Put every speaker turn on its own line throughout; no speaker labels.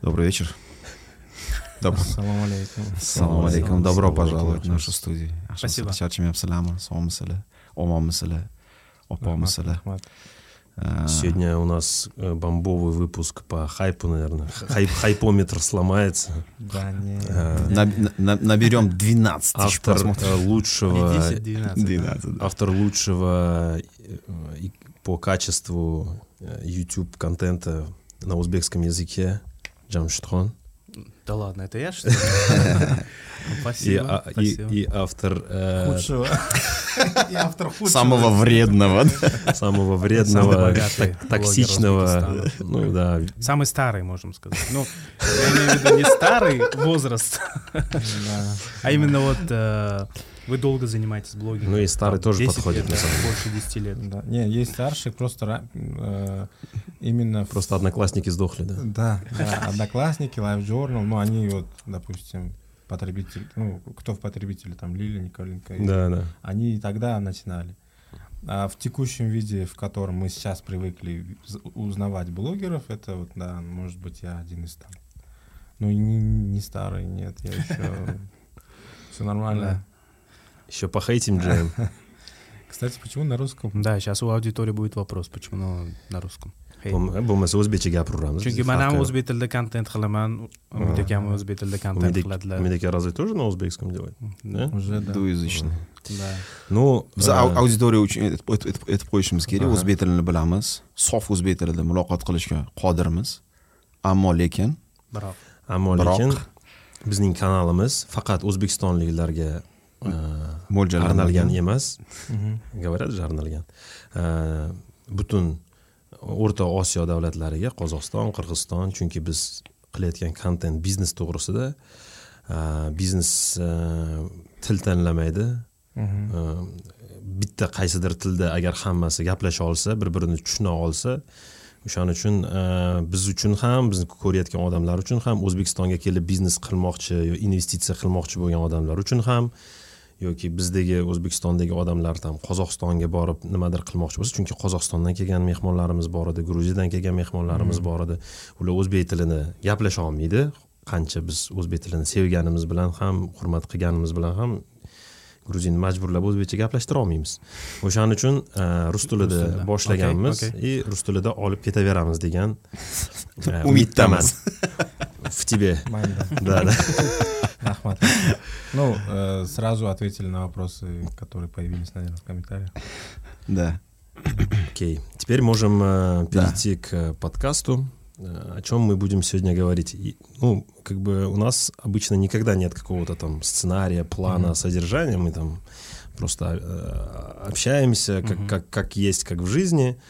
Добрый вечер.
Ассаламу алейкум.
Ассаламу алейкум. Добро пожаловать в нашу студию.
Спасибо.
Сегодня у нас бомбовый выпуск по хайпу, наверное. Хайпометр сломается.
Да, не.
Наберем 12 тысяч
Автор
просмотров.
лучшего,
10-12.
автор лучшего по качеству YouTube-контента на узбекском языке Джамшитхон.
Да ладно, это я, что ли? Спасибо.
И автор
Худшего. И автор худшего.
Самого вредного.
самого
Самый
вредного,
богатый
токсичного,
блогер Узбекистана.
ну да,
Самый старый, можем сказать. Ну, я имею в виду не старый возраст, а именно вот вы долго занимаетесь блогингом.
ну и старый тоже
10
подходит,
лет,
на самом деле.
больше 10 лет.
Да. Не, есть старших, просто именно...
Просто одноклассники сдохли, да?
Да, одноклассники, LiveJournal, ну они вот, допустим, потребители, ну, кто в потребителе, там, Лиля, Николенко,
Да.
они и тогда начинали. А в текущем виде, в котором мы сейчас привыкли узнавать блогеров, это вот, да, может быть, я один из там. Ну, не старый, нет, я еще... Все нормально.
Еще по хейтим джем.
Кстати, почему на русском?
Да, сейчас у аудитории будет вопрос, почему на русском.
Bo'lmasa o'zbekcha gapiramiz.
Chunki man ham o'zbek tilida kontent qilaman, Umid akam o'zbek tilida kontent qiladilar.
Умид разве тоже на узбекском делает? Да?
Уже, да.
Duizishni.
Да.
Ну,
Biz auditoriya uchun aytib qo'yishimiz kerak. O'zbek tilini bilamiz. Sof o'zbek tilida muloqot qilishga qodirmiz. Ammo lekin
lekin bizning kanalimiz faqat o'zbekistonliklarga arnalgan emas. Говорят же, arnalgan. Butun O'rta Osiyo davlatlariga, Qozog'iston, Qirg'iziston, chunki biz qilayotgan kontent biznes to'g'risida, biznes til tanlamaydi. Bitta qaysidir tilda agar hammasi gaplasha olsa, bir-birini tushuna olsa, o'shaning uchun biz uchun ham, bizni ko'rayotgan odamlar uchun ham, O'zbekistonga kelib biznes qilmoqchi, investitsiya qilmoqchi bo'lgan odamlar uchun ham yoki bizdagi O'zbekistondagi odamlar ham Qozog'istonga borib nimadir qilmoqchi bo'lsa, chunki Qozog'istondan kelgan mehmonlarimiz bor edi, Gruziyadan kelgan mehmonlarimiz bor edi. Ular o'zbek tilini gaplasha olmaydi. Qancha biz o'zbek tilini sevganimiz bilan ham, hurmat qilganimiz bilan ham Gruzinni majburlab o'zbekcha gaplashtira olmaymiz. O'shaning uchun rus tilida boshlaganmiz va rus tilida olib ketaveramiz degan umiddaman. В тебе. Да.
Ахмат. Ну, сразу ответили на вопросы, которые появились, наверное, в комментариях.
Да.
Окей. Теперь можем перейти к подкасту. О чем мы будем сегодня говорить? Ну, как бы у нас обычно никогда нет какого-то там сценария, плана, содержания. Мы там просто общаемся, как есть, как в жизни.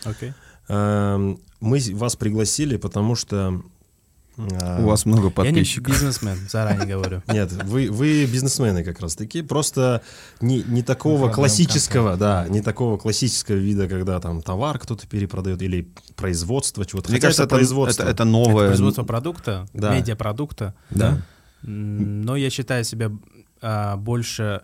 Мы вас пригласили, потому что...
У вас много подписчиков.
Я не бизнесмен, заранее говорю.
Нет, вы бизнесмены как раз таки, просто не такого классического, да, не такого классического вида, когда там товар кто-то перепродает или производство чего-то.
Мне кажется, это новое...
Это производство продукта,
да.
Медиапродукта.
Да.
Но я считаю себя больше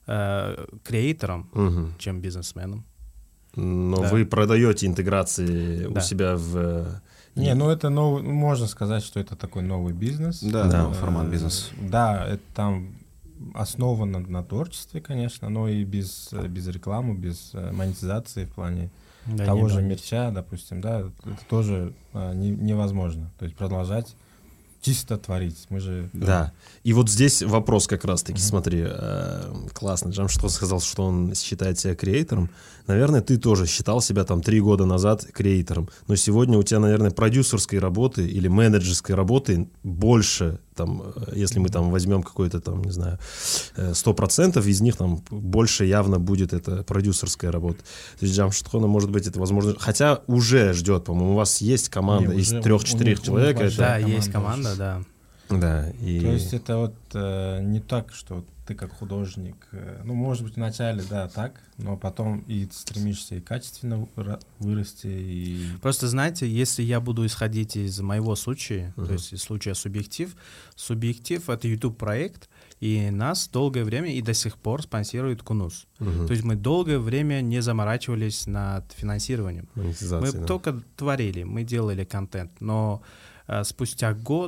креатором, чем бизнесменом.
Но
да.
Вы продаете интеграции у себя в...
Не, ну это новый, можно сказать, что это такой новый бизнес.
Да, формат бизнеса.
Да, это там основано на творчестве, конечно, но и без рекламы, без монетизации в плане того же мерча, допустим, да, это тоже невозможно. То есть продолжать чисто творить. Мы же...
Да. И вот здесь вопрос как раз-таки, смотри, классно. Джамшитхон сказал, что он считает себя креатором. Наверное, ты тоже считал себя там 3 года назад креатором. Но сегодня у тебя, наверное, продюсерской работы или менеджерской работы больше, там, если мы там возьмем какой-то там, не знаю, 100% из них там больше явно будет это продюсерская работа. То есть Джамшитхона, может быть, это возможно... Хотя уже ждет, по-моему, у вас есть команда из 3-4 человек.
Да, есть команда, да.
Да, и...
То есть это вот не так, что вот ты как художник, ну, может быть, вначале, да, так, но потом и стремишься и качественно вырасти, и...
Просто, знаете, если я буду исходить из моего случая, то есть из случая Субъектив — это YouTube-проект, и нас долгое время и до сих пор спонсирует Кунус. То есть мы долгое время не заморачивались над финансированием. Мы только творили, мы делали контент, но спустя год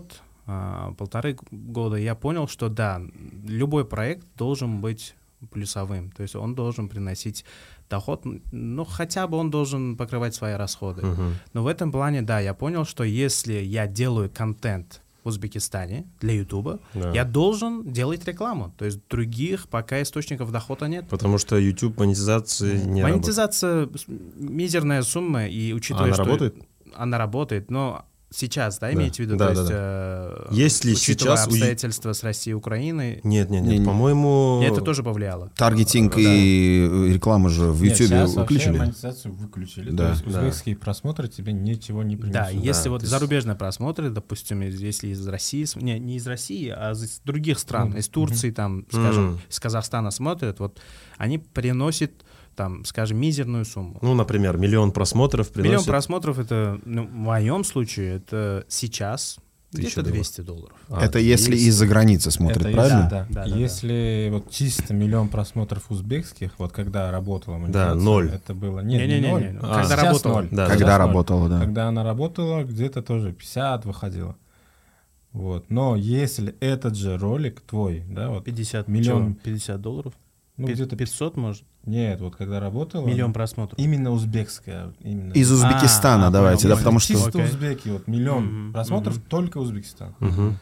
полторы года я понял, что да, любой проект должен быть плюсовым, то есть он должен приносить доход, ну хотя бы он должен покрывать свои расходы. Но в этом плане, да, я понял, что если я делаю контент в Узбекистане для Ютуба, я должен делать рекламу. То есть других пока источников дохода нет.
Потому что YouTube монетизации не работает.
Монетизация мизерная сумма, и учитывая,
она
что...
работает?
Она работает, но сейчас, да, имеете в виду?
Да,
то есть,
если
учитывая
сейчас
обстоятельства с Россией и Украиной...
Нет, по-моему...
Это тоже повлияло.
Таргетинг и реклама же в YouTube выключили.
Монетизацию выключили.
Да.
То есть узбекские просмотры тебе ничего не принесут.
Да, если вот зарубежные просмотры, допустим, если из России, не из России, а из других стран, из Турции, там, скажем, из Казахстана смотрят, вот они приносят, там, скажем, мизерную сумму.
Ну, например, 1 миллион просмотров приносит...
1 миллион просмотров, это, ну, в моем случае, это сейчас где-то $200.
Это если из-за границы смотрят,
это
правильно?
Да. Если вот чисто 1 миллион просмотров узбекских, вот когда работала монетизация,
0.
это было... Нет, не 0.
Когда работала.
Когда работала, да.
Когда она работала, где-то тоже 50 выходило. Вот. Но если этот же ролик твой, да, вот
50
миллион...
$50?
Ну, где-то
500, может?
Нет, вот когда работала...
1 миллион просмотров.
Именно узбекская. Именно.
Из Узбекистана давайте, да, потому что...
Чисто узбеки, вот 1 миллион просмотров, только Узбекистан.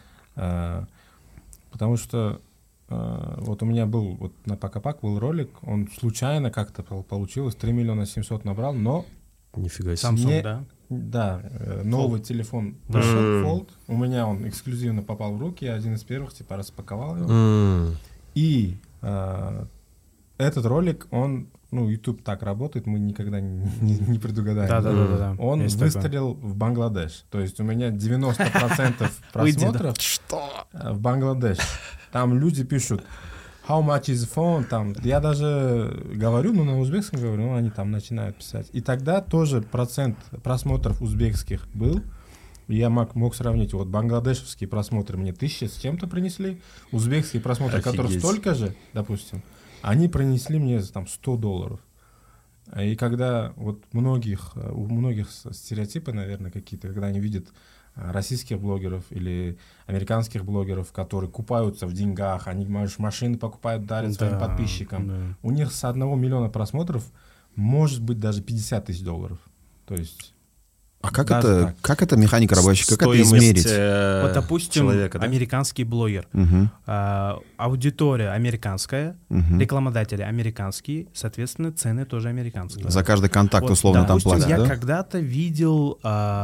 Потому что вот у меня был, вот на Пакапак был ролик, он случайно как-то получилось, 3 700 000 набрал, но...
Нифига себе.
Samsung, да?
Да, новый телефон пришел, Fold, у меня он эксклюзивно попал в руки, я один из первых, типа, распаковал его. И этот ролик, он, ну, YouTube так работает, мы никогда не предугадаем.
Да.
Он выстрелил в Бангладеш. То есть у меня 90% просмотров в Бангладеш. Там люди пишут how much is the phone, там, я даже говорю, ну, на узбекском говорю, ну, они там начинают писать. И тогда тоже процент просмотров узбекских был. Я мог сравнить, вот бангладешевские просмотры мне 1000 с чем-то принесли, узбекские просмотры, которые столько же, допустим, они принесли мне там $100. И когда вот у многих стереотипы, наверное, какие-то, когда они видят российских блогеров или американских блогеров, которые купаются в деньгах, они, может, машины покупают, дарят своим подписчикам. У них с 1 миллиона просмотров может быть даже $50 000. То есть...
А как это механика рабочая? Как это измерить?
Вот, допустим,
человека, да?
американский блогер. Аудитория американская, рекламодатели американские, соответственно, цены тоже американские.
За каждый контакт вот, условно там платят,
я когда-то видел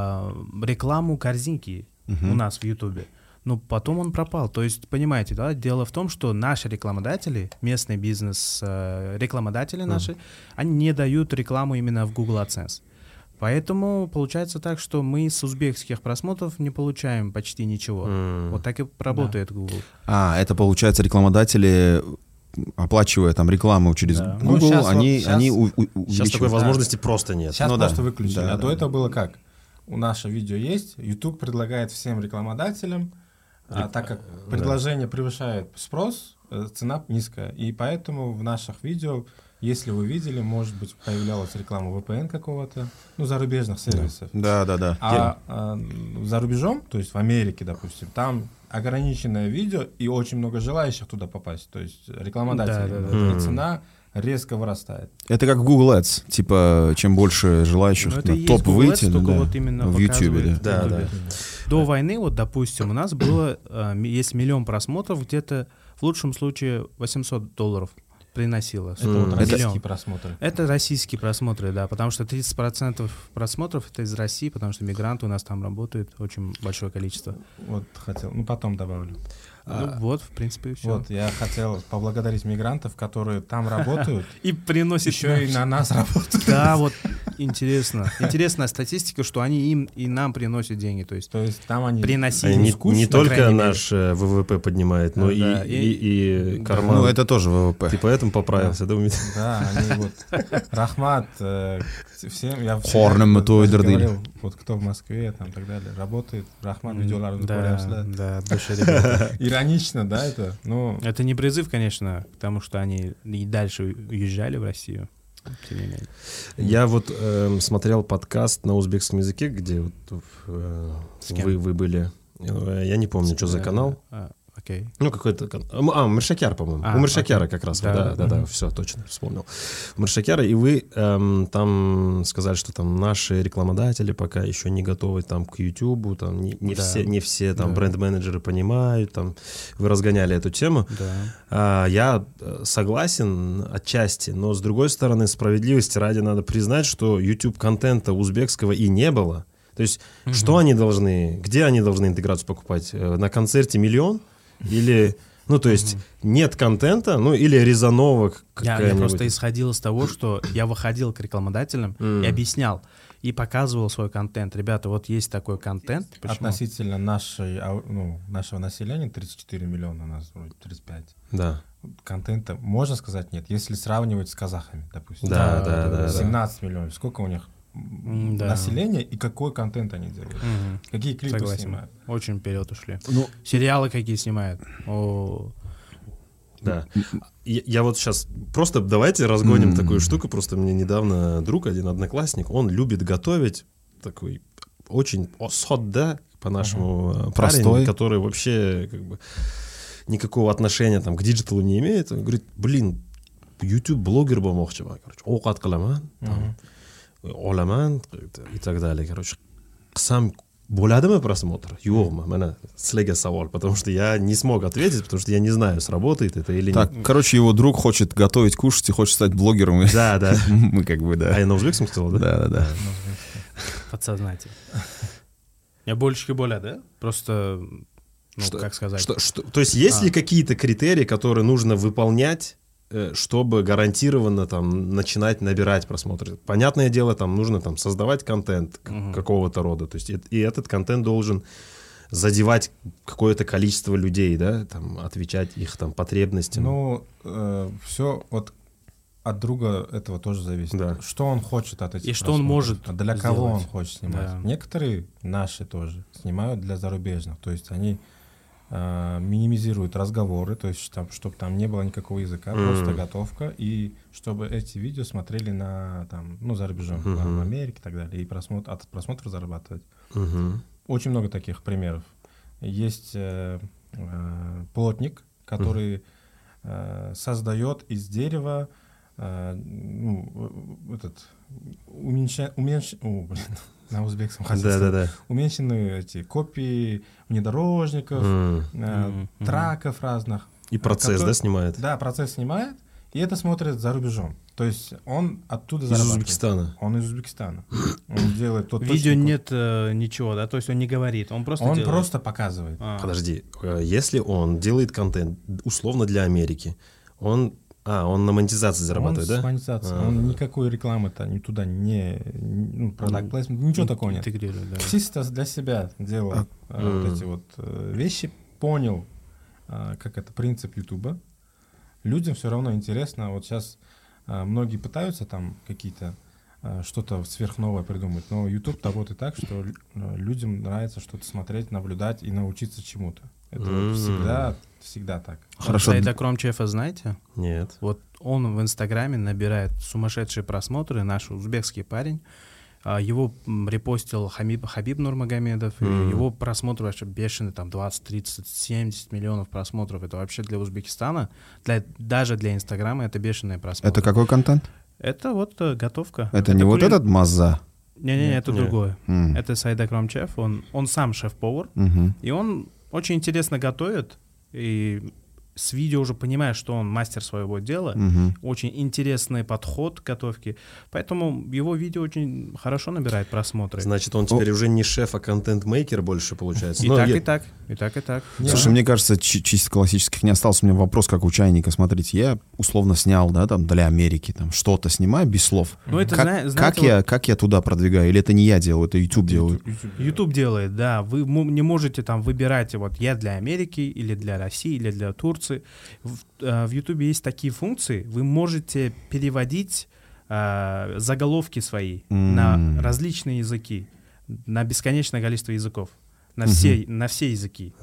рекламу корзинки у нас в Ютубе. Но потом он пропал. То есть, понимаете, да, дело в том, что наши рекламодатели, местный бизнес, рекламодатели наши, они не дают рекламу именно в Google AdSense. Поэтому получается так, что мы с узбекских просмотров не получаем почти ничего. Вот так и работает Google.
Это получается рекламодатели, оплачивая там рекламу через Google,
ну,
они
Сейчас такой возможности просто нет.
Сейчас просто выключили. До этого было как? У наше видео есть, YouTube предлагает всем рекламодателям, так как предложение превышает спрос, цена низкая. И поэтому в наших видео, если вы видели, может быть, появлялась реклама VPN какого-то, ну, зарубежных сервисов.
Да.
А за рубежом, то есть в Америке, допустим, там ограниченное видео и очень много желающих туда попасть. То есть рекламодатели. И цена резко вырастает.
Это как в Google Ads. Типа, чем больше желающих на топ выйти,
вот именно
в YouTube.
Да. До войны, вот, допустим, у нас было, есть 1 миллион просмотров, где-то в лучшем случае $800 приносило.
Это вот российские просмотры.
Это российские просмотры, да, потому что 30% просмотров это из России, потому что мигранты у нас там работают, очень большое количество.
Вот хотел, потом добавлю.
Вот, в принципе, и все.
Вот, я хотел поблагодарить мигрантов, которые там работают.
И приносят
еще и на нас работают.
Да, вот интересно. Интересная статистика, что они им и нам приносят деньги. То есть
там они
приносили.
Не только наш ВВП поднимает, но и карман.
Ну, это тоже ВВП.
Ты поэтому поправился, да?
Да, они вот... Рахмат всем... Я
говорил,
вот кто в Москве, там, так далее, работает. Рахмат, видеоларды ko'ryapsizlar.
Да, большое ребята.
Иронично, да, это? Но...
Это не призыв, конечно, к тому, что они и дальше уезжали в Россию. Тем не менее.
Я вот смотрел подкаст на узбекском языке, где вы были Я не помню, что за канал.
Окей.
Ну, какой-то... Миршакяр, по-моему. У Миршакяра как раз. Да, все, точно, вспомнил. У Миршакяра, и вы там сказали, что там наши рекламодатели пока еще не готовы там к YouTube, там не все там бренд-менеджеры понимают, там вы разгоняли эту тему.
Да.
Я согласен отчасти, но с другой стороны, справедливости ради надо признать, что YouTube-контента узбекского и не было. То есть, что они должны, где они должны интеграцию покупать? На концерте $1 000 000? Или, ну, то есть, нет контента, ну, или резановок какая-нибудь.
Я просто исходил из того, что я выходил к рекламодателям и объяснял, и показывал свой контент. Ребята, вот есть такой контент. Почему?
Относительно нашего населения, 34 миллиона, у нас вроде 35.
Да.
Контента, можно сказать, нет. Если сравнивать с казахами, допустим.
Да.
17 миллионов. Сколько у них населения и какой контент они делают? Какие клипы снимают?
Очень вперед ушли. Сериалы какие снимают?
Да. Я вот сейчас... Просто давайте разгоним такую штуку. Просто мне недавно друг, один одноклассник, он любит готовить такой очень содда, по-нашему, парень, который вообще как бы никакого отношения там к диджиталу не имеет. Он говорит, YouTube-блогер bo'lmoqchi man, короче. Ovqat qilaman, olaman и так далее. Короче, qilsam bo'ladimi просмотр? Yo'qmi? Mana sizlarga savol, потому что я не смог ответить, потому что я не знаю, сработает это или
нет. Так, короче, его друг хочет готовить, кушать и хочет стать блогером.
Да.
Мы как бы, да.
А я на узбекском сказал, да?
Да.
Подсознательно. Я больше боля, да? Просто, как сказать?
То есть есть ли какие-то критерии, которые нужно выполнять, чтобы гарантированно там начинать набирать просмотры? Понятное дело, там нужно там создавать контент какого-то рода, то есть и этот контент должен задевать какое-то количество людей, да, там отвечать их там потребностям.
Ну, все вот от друга этого тоже зависит.
Да.
Что он хочет от этих
и что он может
для
сделать.
кого он хочет снимать.
Да.
Некоторые наши тоже снимают для зарубежных, то есть они минимизируют разговоры, то есть чтобы там не было никакого языка, просто готовка, и чтобы эти видео смотрели за рубежом, в Америке и так далее, и от просмотра зарабатывать. Очень много таких примеров. Есть плотник, который создает из дерева на узбекском уменьшенные эти копии внедорожников, траков разных.
И процесс, снимает?
Да, процесс снимает, и это смотрит за рубежом. То есть он оттуда зарабатывает.
Из Узбекистана?
Он из Узбекистана. Он делает тот
видео нет ничего, да? То есть он не говорит, он просто делает.
Он просто показывает.
Подожди, если он делает контент условно для Америки, он на монетизации зарабатывает, да?
Он с монетизацией. Он никакой рекламы-то туда product placement, ничего такого нет.
Да.
Чисто для себя делал вот эти вот вещи, понял, как это принцип Ютуба. Людям все равно интересно. Вот сейчас многие пытаются там какие-то что-то сверхновое придумать, но YouTube работает так, что людям нравится что-то смотреть, наблюдать и научиться чему-то. Это всегда так.
Хорошо. Сайда Кромчефа знаете?
Нет.
Вот он в Инстаграме набирает сумасшедшие просмотры, наш узбекский парень. Его репостил Хабиб Нурмагомедов. Его просмотры вообще бешеные, там 20, 30, 70 миллионов просмотров. Это вообще для Узбекистана, даже для Инстаграма это бешеные просмотры.
Это какой контент?
Это вот готовка.
Это не вот этот Мазза?
Не, это другое. Это Сайда Кромчеф. Он сам шеф-повар. И он очень интересно готовит. И с видео уже понимаешь, что он мастер своего дела. Очень интересный подход к готовке. Поэтому его видео очень хорошо набирает просмотры.
Значит, он теперь уже не шеф, а контент-мейкер больше получается.
И так.
Слушай, мне кажется, чисто классических не осталось. У меня вопрос, как у чайника. Смотрите, я условно снял, да, там для Америки, там что-то снимаю без слов.
Ну, это,
как я туда продвигаю? Или это не я делаю, это YouTube делает?
YouTube делает, да. Вы не можете там выбирать, вот я для Америки, или для России, или для Турции. В YouTube есть такие функции, вы можете переводить заголовки свои на различные языки, на бесконечное количество языков, на все языки.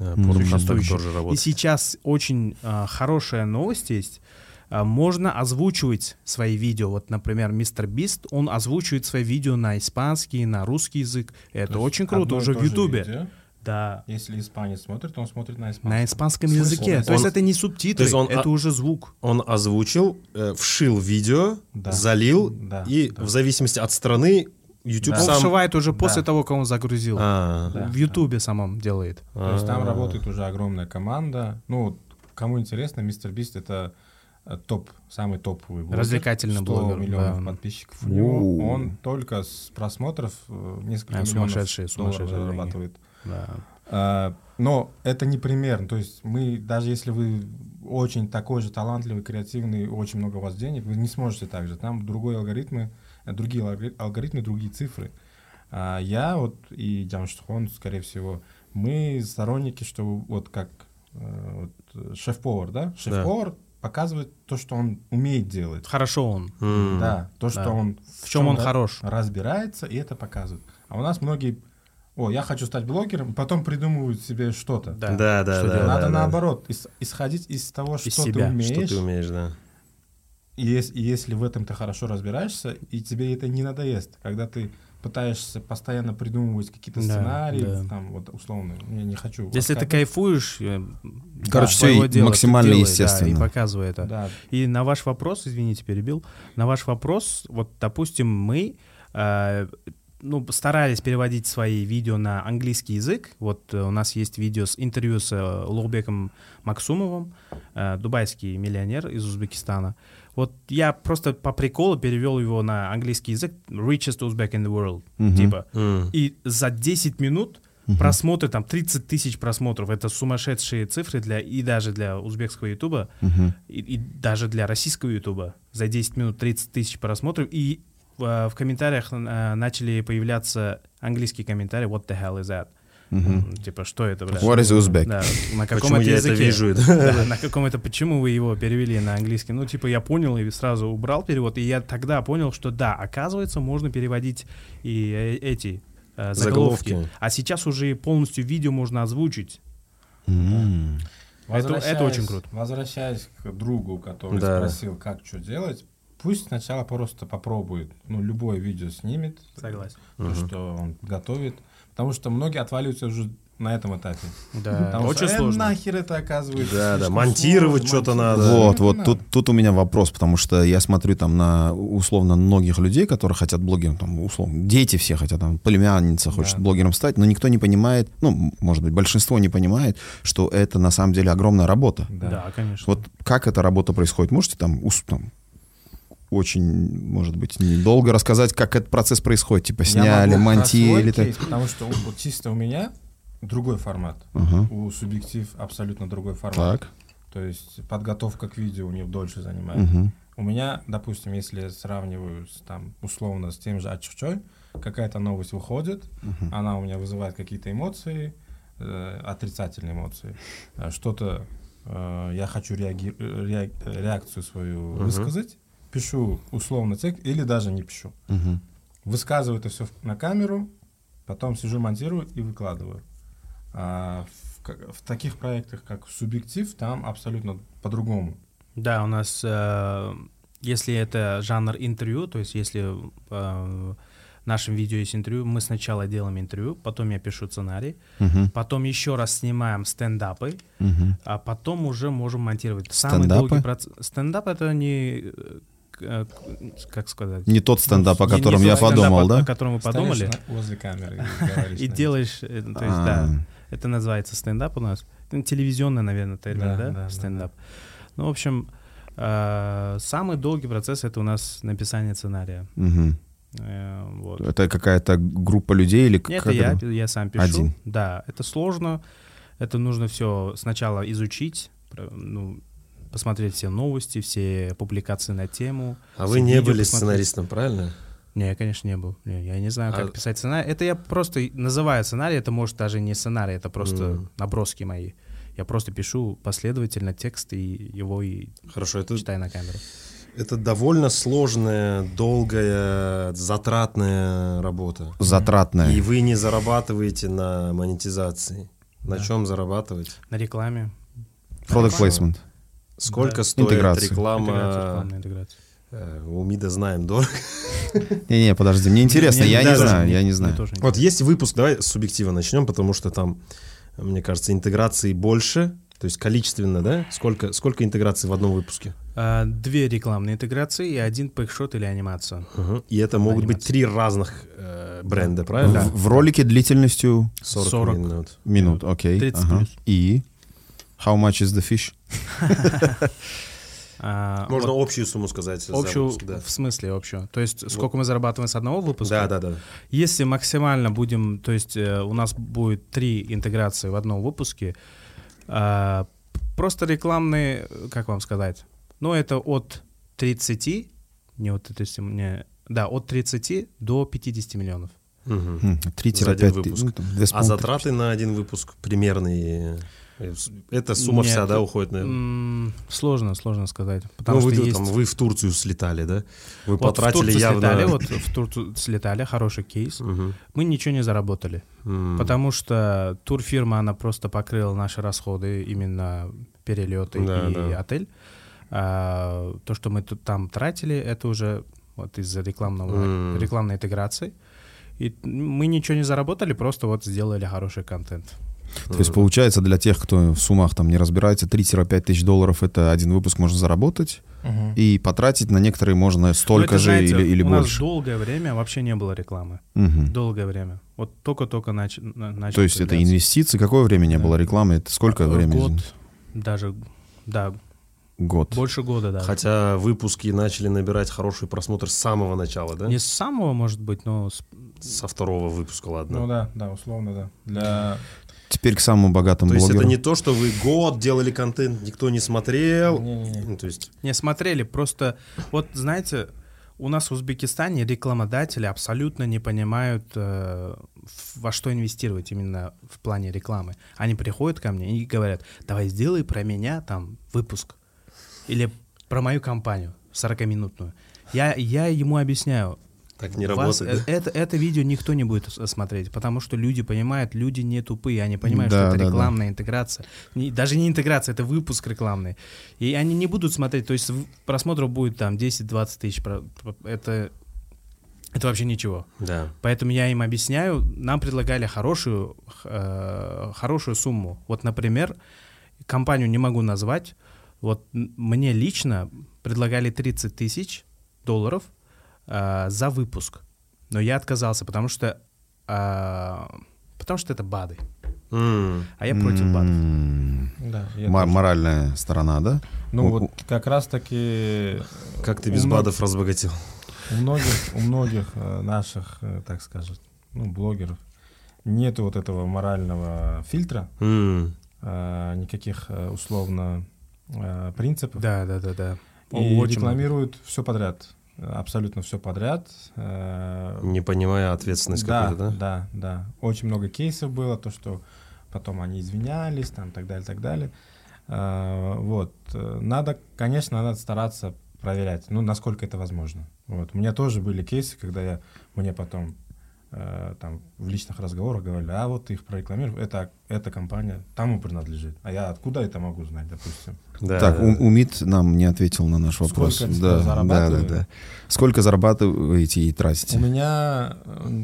И сейчас очень хорошая новость есть. Можно озвучивать свои видео. Вот, например, Мистер Бист, он озвучивает свои видео на испанский, на русский язык. Это очень круто уже в YouTube. Да.
Если испанец смотрит, он смотрит на испанском.
На испанском
Слышал,
языке.
да?
То есть это не субтитры,
то есть
это уже звук.
Он озвучил, вшил видео,
Да.
залил,
Да,
и
да.
в зависимости от страны YouTube
Да.
Он
сам...
вшивает уже после
Да.
того, как он загрузил.
А,
Да.
В Ютубе самом делает.
То есть там работает уже огромная команда. Ну, кому интересно, MrBeast — это самый топовый блогер.
Развлекательный
100
блогер,
миллионов
да.
подписчиков у него.
Оу.
Он только с просмотров несколько миллионов
Сумасшедшие
долларов
деньги.
зарабатывает.
Да.
Но это не пример. То есть мы, даже если вы очень такой же талантливый, креативный, очень много у вас денег, вы не сможете так же. Там другие алгоритмы, другие цифры. Я вот и Джамшитхон, скорее всего, мы сторонники, что вот как шеф-повар, да? Шеф-повар показывает то, что он умеет делать.
Хорошо он.
Да, то, что
Да.
он
В чем он хорош.
разбирается, и это показывает. А у нас многие: я хочу стать блогером, потом придумывают себе что-то.
Да.
Да, да,
Что
да.
делать?
Надо
да.
наоборот, исходить из того, что
себя,
ты умеешь.
Что ты умеешь, да.
И если в этом ты хорошо разбираешься, и тебе это не надоест, когда ты пытаешься постоянно придумывать какие-то
Да,
сценарии,
да.
там, вот условно, я не хочу...
Если ты
рассказывать.
кайфуешь,
Короче,
своего
всё
дела,
максимально
ты делай,
естественно.
Да, и показывай это.
Да,
И на ваш вопрос, извините, перебил, на ваш вопрос, вот, допустим, мы старались переводить свои видео на английский язык. Вот у нас есть видео с интервью с Улугбеком Максумовым, дубайский миллионер из Узбекистана. Вот я просто по приколу перевел его на английский язык, richest Uzbek in the world, типа. И за 10 минут просмотры, там 30 тысяч просмотров, это сумасшедшие цифры и даже для узбекского ютуба, и даже для российского ютуба. За 10 минут 30 тысяч просмотров, и в комментариях начали появляться английские комментарии: what the hell is that? Типа, что это, блядь?
What is Uzbek?
Да, на каком
Почему
это
я
языке?
это вижу?
Да, на каком это, почему вы его перевели на английский? Ну, типа, я понял и сразу убрал перевод, и я тогда понял, что да, оказывается, можно переводить и эти заголовки. А сейчас уже и полностью видео можно озвучить. Это очень круто.
Возвращаясь к другу, который
Да.
спросил, как что делать, пусть сначала просто попробует. Любое видео снимет.
Согласен.
То, что он готовит. Потому что многие отваливаются уже на этом этапе.
Да,
Потому
очень
что,
сложно.
нахер это оказывается.
Да,
слишком
монтировать
сложно,
что-то
монтировать.
надо.
Вот, тут у меня вопрос, потому что я смотрю там на условно многих людей, которые хотят блогером, там, условно, дети все хотят, там, племянница хочет блогером стать, но никто не понимает, может быть, большинство не понимает, что это на самом деле огромная работа.
Да, конечно.
Вот как эта работа происходит? Можете там очень, может быть, недолго рассказать, как этот процесс происходит? Типа
Я
сняли,
могу про
монтировали.
свой кейс, потому что вот чисто у меня другой формат. У Субъектив абсолютно другой формат.
Так.
То есть подготовка к видео у них дольше занимает. У меня, допустим, если я сравниваю условно с тем же Ачхчой, какая-то новость выходит, она у меня вызывает какие-то эмоции, отрицательные эмоции. Что-то я хочу реакцию свою высказать, пишу условно текст или даже не пишу. Высказываю это все на камеру, потом сижу, монтирую и выкладываю. В таких проектах, как Субъектив, там абсолютно по-другому.
Да, у нас, если это жанр интервью, то есть если в нашем видео есть интервью, мы сначала делаем интервью, потом я пишу сценарий, потом еще раз снимаем стендапы, а потом уже можем монтировать. Самый долгий процесс. Стендап — это не... как сказать?
Не тот стендап, о котором
не
я
тот
подумал,
стендап,
да?
о котором мы подумали.
Стоишь возле камеры и говоришь.
И делаешь, то есть, да, это называется стендап у нас. Это телевизионный, наверное, термин, да? Стендап. Ну, в общем, самый долгий процесс — это у нас написание сценария. Вот.
Это какая-то группа людей или
Нет,
как
я сам пишу.
Один.
Да, это сложно. Это нужно все сначала изучить, посмотреть все новости, все публикации на тему.
А вы не были сценаристом, правильно?
Не, я, конечно, не был. Я не знаю, как писать сценарий. Это я просто называю сценарий, это может даже не сценарий, это просто наброски мои. Я просто пишу последовательно текст и его
Хорошо,
читаю на камеру.
Это довольно сложная, долгая, затратная работа.
Затратная.
И вы не зарабатываете на монетизации. На чем зарабатывать?
На рекламе.
Product placement.
Сколько стоит
Интеграция.
реклама
Интеграция.
У МИДа знаем дорого.
Не, подожди, мне интересно, я не знаю.
Вот есть выпуск, давай с субъектива начнем, потому что там, мне кажется, интеграции больше, то есть количественно, да? Сколько интеграций в одном выпуске?
2 рекламные интеграции и 1 пэкшот или анимация.
И это могут быть 3 разных бренда, правильно?
В ролике длительностью
40
минут, окей.
30 плюс.
И how much is the fish?
Можно общую сумму сказать.
Общую,
за выпуск, да.
в смысле общую? То есть сколько мы зарабатываем с одного выпуска?
Да.
Если максимально будем, то есть у нас будет 3 интеграции в одном выпуске, просто рекламные, как вам сказать, ну это от 30, от 30 до 50 миллионов.
3-5
выпуск. А затраты на один выпуск примерные... Эта сумма вся, да, уходит, наверное?
Сложно сказать. Потому что
вы в Турцию слетали, да? Вы
вот
потратили явно...
в Турцию слетали, хороший кейс. Мы ничего не заработали. Потому что турфирма, она просто покрыла наши расходы, именно перелеты и отель. То, что мы там тратили, это уже вот из-за рекламной интеграции. И мы ничего не заработали, просто вот сделали хороший контент.
То есть получается, для тех, кто в суммах там не разбирается, 3-5 тысяч долларов это один выпуск можно заработать, и потратить на некоторые можно столько же, знаете, или больше. У нас
долгое время вообще не было рекламы. Долгое время. Вот только начал.
То есть это инвестиции? Какое время не было рекламы? Это сколько времени?
Год. Даже, да.
Год.
Больше года, да.
Хотя выпуски начали набирать хороший просмотр с самого начала, да?
Не с самого, может быть, но...
Со второго выпуска, ладно.
Ну да, условно, да.
Теперь к самым богатым блогерам.
То есть это не то, что вы год делали контент, никто не смотрел?
Не.
То есть...
Не смотрели, просто... Вот, знаете, у нас в Узбекистане рекламодатели абсолютно не понимают, во что инвестировать именно в плане рекламы. Они приходят ко мне и говорят, давай сделай про меня там выпуск. Или про мою компанию 40-минутную. Я ему объясняю.
Так не работает.
Это видео никто не будет смотреть, потому что люди понимают, люди не тупые, они понимают, что это рекламная интеграция. Даже не интеграция, это выпуск рекламный. И они не будут смотреть, то есть просмотров будет там 10-20 тысяч. Это вообще ничего.
Да.
Поэтому я им объясняю, нам предлагали хорошую сумму. Вот, например, компанию не могу назвать. Вот мне лично предлагали 30 тысяч долларов за выпуск. Но я отказался, потому что это БАДы. А я против БАДов.
Да,
моральная сторона, да?
Ну вот как раз-таки...
Как ты без БАДов разбогател?
У многих наших, так скажем, блогеров нету вот этого морального фильтра, никаких условно принципов.
Да.
И рекламируют все подряд. Абсолютно все подряд.
Не понимая ответственность какую-то, да?
Да. Очень много кейсов было, то, что потом они извинялись, там, так далее. Вот. Конечно, надо стараться проверять, насколько это возможно. Вот. У меня тоже были кейсы, когда мне потом там в личных разговорах говорили, вот ты их прорекламировал, эта компания тому принадлежит. А я откуда это могу знать, допустим?
Да. Так, Умид нам не ответил на наш вопрос.
Сколько зарабатываете?
Да. Сколько зарабатываете и тратите?
У меня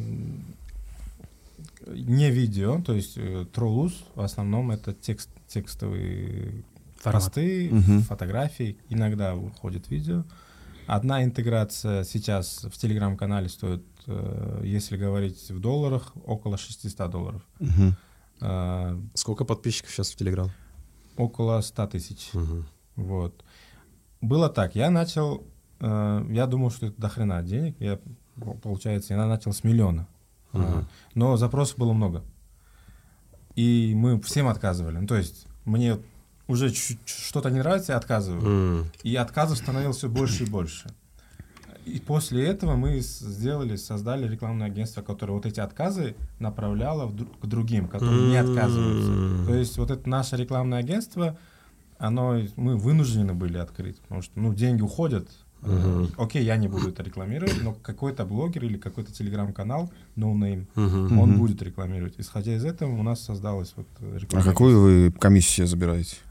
не видео, то есть Trollus в основном это текстовые посты, фотографии, иногда уходит видео. Одна интеграция сейчас в телеграм-канале стоит, если говорить в долларах, около $600.
Сколько подписчиков сейчас в Телеграм?
Около 100 тысяч. Вот. Было так, я думал, что это дохрена денег, получается, я начал с миллиона. Но запросов было много. И мы всем отказывали. То есть мне уже что-то не нравится, я отказываю. И отказов становилось все больше и больше. И после этого мы создали рекламное агентство, которое вот эти отказы направляло к другим, которые не отказываются. То есть вот это наше рекламное агентство, мы вынуждены были открыть, потому что деньги уходят. Окей, я не буду это рекламировать, но какой-то блогер или какой-то телеграм-канал, no name, он будет рекламировать. Исходя из этого у нас создалась вот рекламная
какую вы комиссию забираете?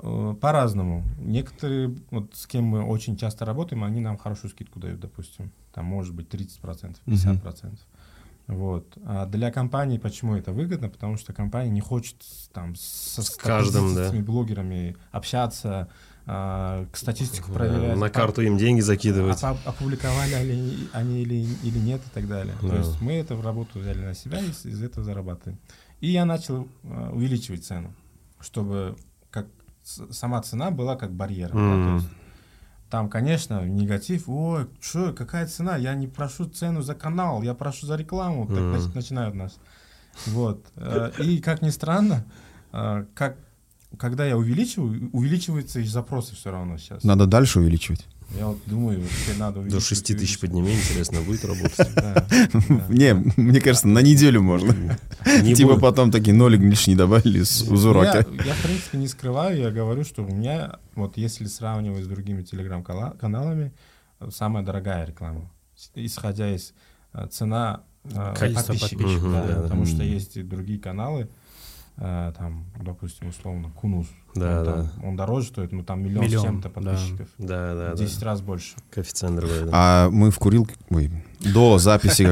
по-разному. Некоторые, вот с кем мы очень часто работаем, они нам хорошую скидку дают, допустим. Там может быть 30%, 50%. Вот. А для компании почему это выгодно? Потому что компания не хочет там с
каждым,
этими блогерами общаться, к статистику проверять.
На карту им деньги закидывать.
Опубликовали они или нет и так далее. То есть мы эту работу взяли на себя и из этого зарабатываем. И я начал увеличивать цену, чтобы сама цена была как барьер. Да, то есть там, конечно, негатив. Ой, что, какая цена? Я не прошу цену за канал, я прошу за рекламу. Так начинают нас. Вот. И как ни странно, когда я увеличиваю, увеличиваются и запросы все равно сейчас.
Надо дальше увеличивать.
Я вот думаю, что надо увеличивать.
До 6 тысяч подними, интересно, будет работать.
Не, мне кажется, на неделю можно. Типа потом такие нолик лишний добавили из урока.
Я, в принципе, не скрываю, я говорю, что у меня, вот если сравнивать с другими телеграм-каналами, самая дорогая реклама, исходя из цена подписчиков. Потому что есть и другие каналы, там, допустим, условно, Кунус. Он дороже стоит, но там миллион с чем-то подписчиков.
Да.
10 раз больше.
Коэффициент другой.
А мы в курилке... До записи,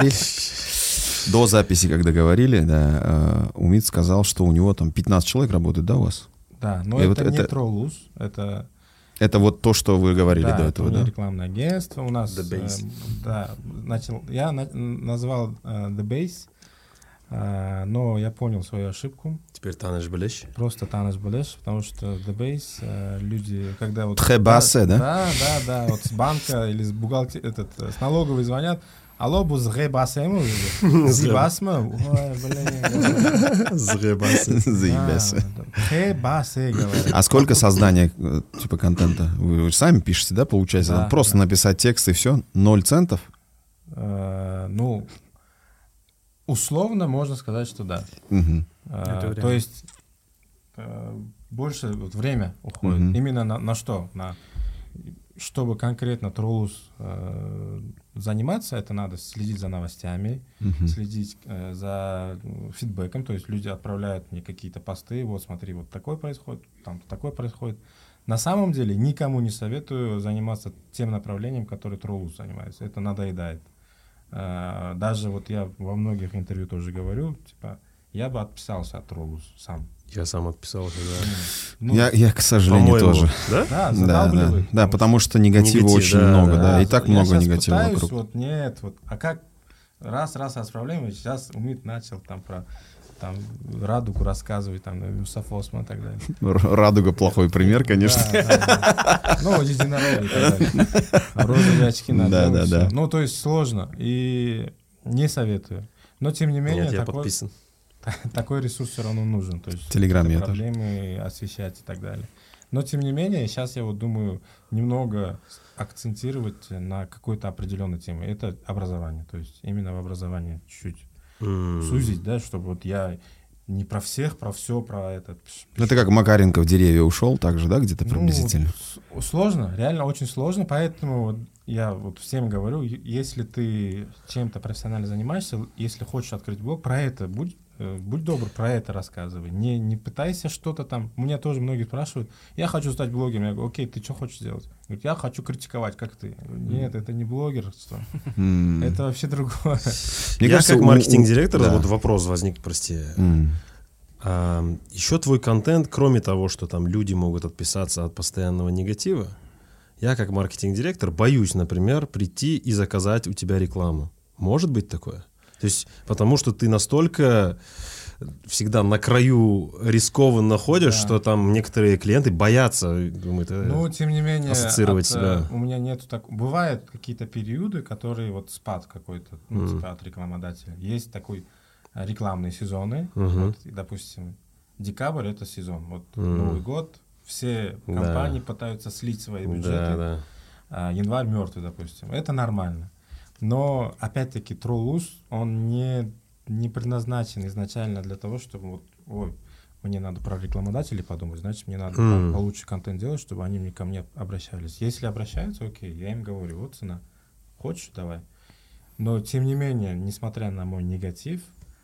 когда говорили, да, Умит сказал, что у него там 15 человек работает, да, у вас?
Да, но это не Trollus, это...
Это вот то, что вы говорили до этого, да?
Это рекламное агентство у нас.
The Base.
Я назвал The Base, но я понял свою ошибку.
Теперь Таныш Белеш.
Просто Таныш Белеш, потому что The Base, люди, когда вот...
Тхебасе, да?
Да, вот с банка или с с налоговой звонят. Алло, bu zğebasemu? Zğebasmu? Ой, блин.
Згебасе.
Зğебасе, говорят.
А сколько создания типа контента? Вы же сами пишете, да, получается?
Да,
просто написать текст и все? 0 центов?
Ну, условно можно сказать, что да. То есть больше время уходит. Именно на что? Чтобы конкретно Trollus заниматься, это надо следить за новостями, следить за фидбэком, то есть люди отправляют мне какие-то посты, вот смотри, вот такое происходит, там такое происходит. На самом деле никому не советую заниматься тем направлением, которое Trollus занимается, это надоедает. Даже вот я во многих интервью тоже говорю, типа, я бы отписался от Trollus сам.
Я сам отписался, да.
Я, к сожалению, тоже.
Да?
Да, потому что негатива очень много, да. И так много негатива вокруг.
Вот нет, вот, а как раз проблемы, сейчас Умит начал там про радугу рассказывать, там, Юсуф Осман и так далее.
Радуга плохой пример, конечно.
Ну, единороги и так далее. Розовые очки надо.
Да.
Ну, то есть сложно. И не советую. Но, тем не менее,
нет, я подписан.
Такой ресурс все равно нужен. То есть
Телеграм
проблемы освещать и так далее. Но, тем не менее, сейчас я вот думаю немного акцентировать на какой-то определенной теме. Это образование. То есть именно в образовании чуть-чуть сузить, да, чтобы вот я не про всех, про все, про это.
Ну, это как Макаренко в деревья ушел, так же, да, где-то приблизительно?
Сложно, реально очень сложно, поэтому я вот всем говорю, если ты чем-то профессионально занимаешься, если хочешь открыть блог, про это будь добр, про это рассказывай. Не пытайся что-то там. Меня тоже многие спрашивают, я хочу стать блогером. Я говорю, окей, ты что хочешь делать? Говорит, я хочу критиковать, как ты. Я говорю, нет, это не блогерство. Это вообще другое.
Я как маркетинг-директор, вот вопрос возник, прости. Еще твой контент, кроме того, что там люди могут отписаться от постоянного негатива, я как маркетинг-директор боюсь, например, прийти и заказать у тебя рекламу. Может быть такое? То есть, потому что ты настолько всегда на краю рискованно ходишь, что там некоторые клиенты боятся, думают,
тем не менее,
ассоциировать себя.
У меня нету так. Бывают какие-то периоды, которые вот спад какой-то, типа от рекламодателя. Есть такой рекламные сезоны. Вот, допустим, декабрь — это сезон. Вот Новый год, все компании пытаются слить свои бюджеты. Январь мертвый, допустим. Это нормально. Но, опять-таки, Trollus, он не предназначен изначально для того, чтобы мне надо про рекламодателей подумать, значит, мне надо получше контент делать, чтобы они ко мне обращались. Если обращаются, окей, я им говорю, вот цена. Хочешь — давай. Но, тем не менее, несмотря на мой негатив,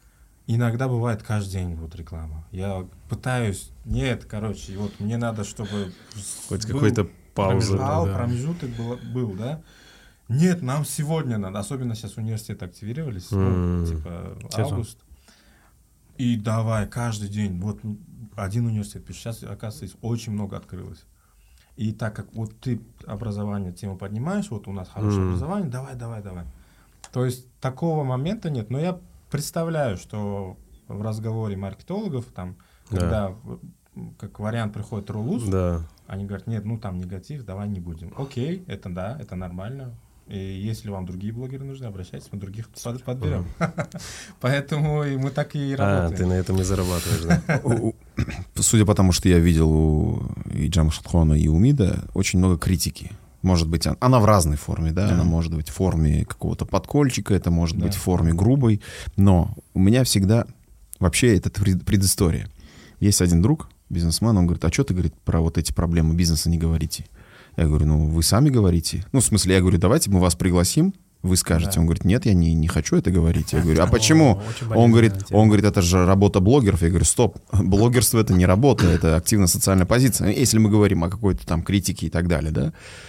иногда бывает каждый день вот реклама. Я пытаюсь, нет, короче, вот мне надо, чтобы
хоть какой-то
промежуток был, да. Нет, нам сегодня надо, особенно сейчас университеты активировались, типа август. И давай каждый день, вот один университет пишет, сейчас, оказывается, очень много открылось. И так как вот ты образование, тему поднимаешь, вот у нас хорошее образование, давай. То есть такого момента нет, но я представляю, что в разговоре маркетологов, там, когда как вариант приходит Ролус, они говорят, нет, ну там негатив, давай не будем. Окей, это нормально. И если вам другие блогеры нужны, обращайтесь, мы других подберем. Поэтому мы так и работаем.
Ты на этом и зарабатываешь, да?
Судя по тому, что я видел у и Джамшидхона, и у МИДа, очень много критики. Может быть, она в разной форме, да? Она может быть в форме какого-то подкольчика, это может быть в форме грубой, но у меня всегда вообще это предыстория. Есть один друг, бизнесмен, он говорит, а что ты, говорит, про вот эти проблемы бизнеса не говорите? Я говорю, ну, вы сами говорите. Ну, в смысле, я говорю, давайте мы вас пригласим, вы скажете. Он говорит, нет, я не хочу это говорить. Я говорю, а почему? Он говорит, это же работа блогеров. Я говорю, стоп, блогерство — это не работа, это активная социальная позиция. Если мы говорим о какой-то там критике и так далее, да.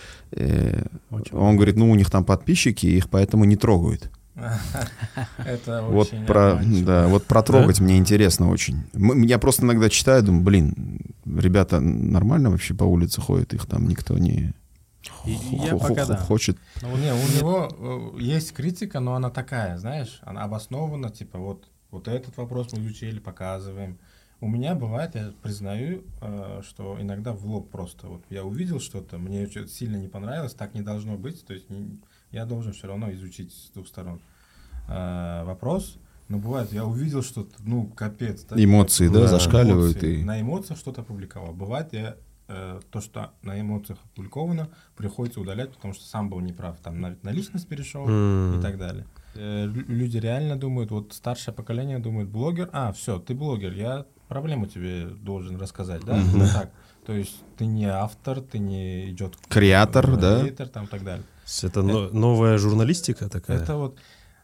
Он говорит, ну, у них там подписчики, их поэтому не трогают.
Это
вот
очень
вот протрогать мне интересно очень. Я просто иногда читаю, думаю, блин, ребята нормально вообще по улице ходят, их там никто не хочет.
У него есть критика, но она такая, знаешь, она обоснована, типа вот этот вопрос мы изучили, показываем. У меня бывает, я признаю, что иногда в лоб просто. Вот я увидел что-то, мне что-то сильно не понравилось, так не должно быть, то есть я должен все равно изучить с двух сторон вопрос. Но бывает, я увидел что-то, ну, капец. Да,
эмоции, да, зашкаливают.
На эмоциях что-то опубликовал. Бывает, то, что на эмоциях опубликовано, приходится удалять, потому что сам был неправ. Там на личность перешел и так далее. Люди реально думают, вот старшее поколение думает, блогер, все, ты блогер, я проблему тебе должен рассказать, да? Так. То есть ты не автор, ты не идет
креатор, да?
Креатор, там, и так далее.
Это новая журналистика такая?
Это вот,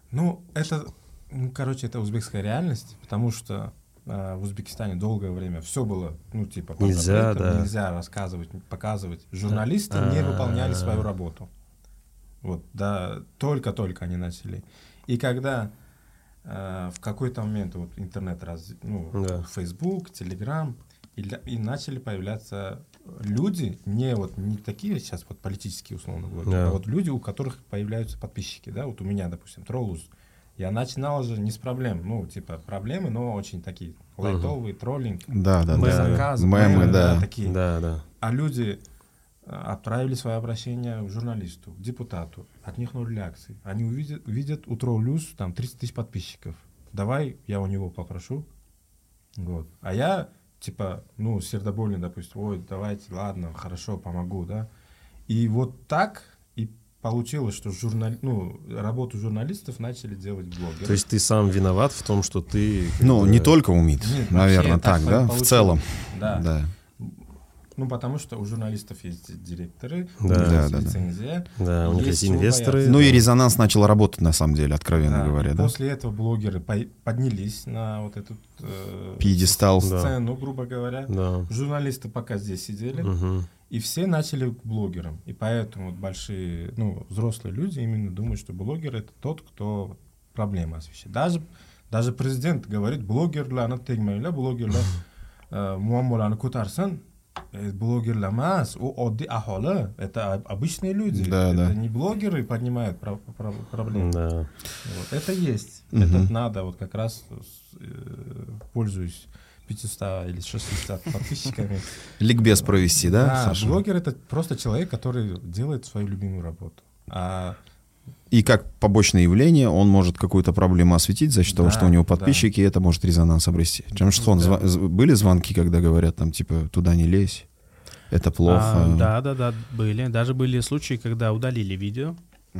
это узбекская реальность, потому что в Узбекистане долгое время все было, нельзя рассказывать, показывать. Журналисты не выполняли свою работу. Вот, да, только-только они начали. И когда в какой-то момент вот интернет, Facebook, Telegram, и начали появляться люди, не такие сейчас вот политические условно блогеры, а вот люди, у которых появляются подписчики, да, вот у меня, допустим, Троллус. Я начинал же не с проблем, проблемы, но очень такие лайтовые, троллинг,
мемы,
такие.
Да.
А люди отправили свое обращение к журналисту, к депутату, от них 0 реакций. Они увидят у Троллус там 30 тысяч подписчиков. Давай я у него попрошу. Вот. А я сердобольный, допустим, ой, давайте, ладно, хорошо, помогу, да. И вот так и получилось, что работу журналистов начали делать блогеры.
То есть ты сам виноват в том, что ты...
не только у МИД, наверное, так, да, в целом.
Да. Потому что у журналистов есть директоры,
есть
лицензия.
Да, у них есть инвесторы.
И резонанс начал работать, на самом деле, откровенно говоря.
После этого блогеры поднялись на вот эту
пьедестал,
сцену, грубо говоря.
Да.
Журналисты пока здесь сидели, и все начали к блогерам. И поэтому большие, взрослые люди именно думают, что блогер — это тот, кто проблемы освещает. Даже президент говорит, блогерларni tegmanglar, блогерлар muammolarni ko'tarsin. Блогерлар эмас, oddiy aholi, это обычные люди. Это не блогеры поднимают проблемы.
Да.
Вот. Это есть. Это надо, вот как раз пользуюсь 500 или 600 подписчиками.
Ликбез провести, да, Саша?
Блогер — это просто человек, который делает свою любимую работу.
И как побочное явление он может какую-то проблему осветить за счет того, что у него подписчики, и это может резонанс обрести. Джамшидхон, были звонки, когда говорят, там, типа, туда не лезь, это плохо?
Да, были. Даже были случаи, когда удалили видео,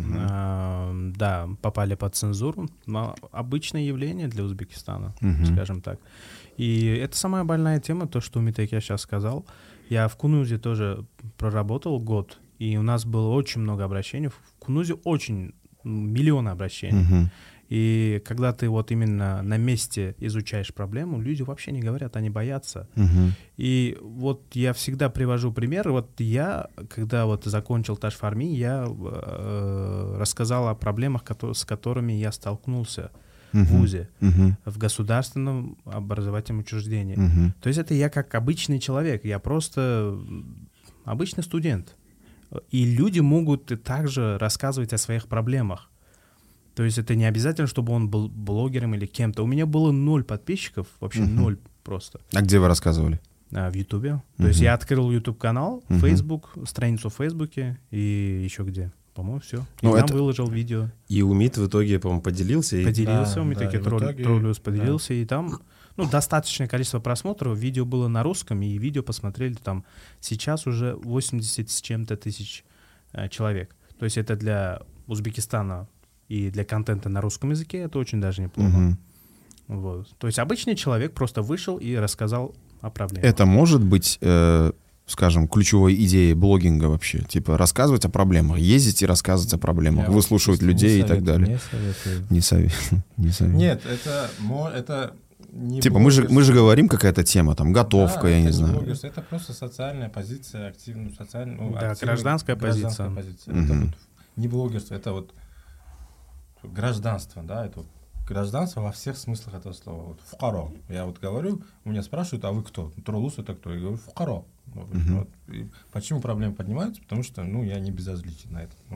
попали под цензуру. Обычное явление для Узбекистана, скажем так. И это самая больная тема, то, что Умитек я сейчас сказал. Я в Кунузе тоже проработал год, и у нас было очень много обращений. В Кунузе очень миллионы обращений. И когда ты вот именно на месте изучаешь проблему, люди вообще не говорят, они боятся. И вот я всегда привожу пример. Вот я, когда вот закончил Touch for Me, я рассказал о проблемах, с которыми я столкнулся в ВУЗе, в государственном образовательном учреждении. То есть это я как обычный человек, я просто обычный студент. И люди могут также рассказывать о своих проблемах. То есть это не обязательно, чтобы он был блогером или кем-то. У меня было 0 подписчиков, вообще 0 просто.
А где вы рассказывали?
В Ютубе. То есть я открыл YouTube-канал, Facebook, страницу в Фейсбуке и еще где. По-моему, все. И там выложил видео.
И Умит в итоге, по-моему, поделился.
Поделился, Умит таки Троллиус поделился. И там достаточное количество просмотров. Видео было на русском, и видео посмотрели там сейчас уже 80 с чем-то тысяч человек. То есть это для Узбекистана и для контента на русском языке это очень даже неплохо. Вот. То есть обычный человек просто вышел и рассказал о проблемах.
Это может быть, скажем, ключевой идеей блогинга вообще? Типа рассказывать о проблемах, ездить и рассказывать о проблемах, выслушивать людей и так далее. Не советую.
Нет, это не
типа мы же говорим какая-то тема, там, готовка, я не знаю.
Это просто социальная позиция, активная,
гражданская позиция.
Это вот не блогерство, это вот гражданство, да, это вот гражданство во всех смыслах этого слова. Вот фукаро. Я вот говорю, у меня спрашивают, а вы кто? Троллус это кто? Я говорю, фукаро. Вот. Почему проблемы поднимаются? Потому что, я не безразличен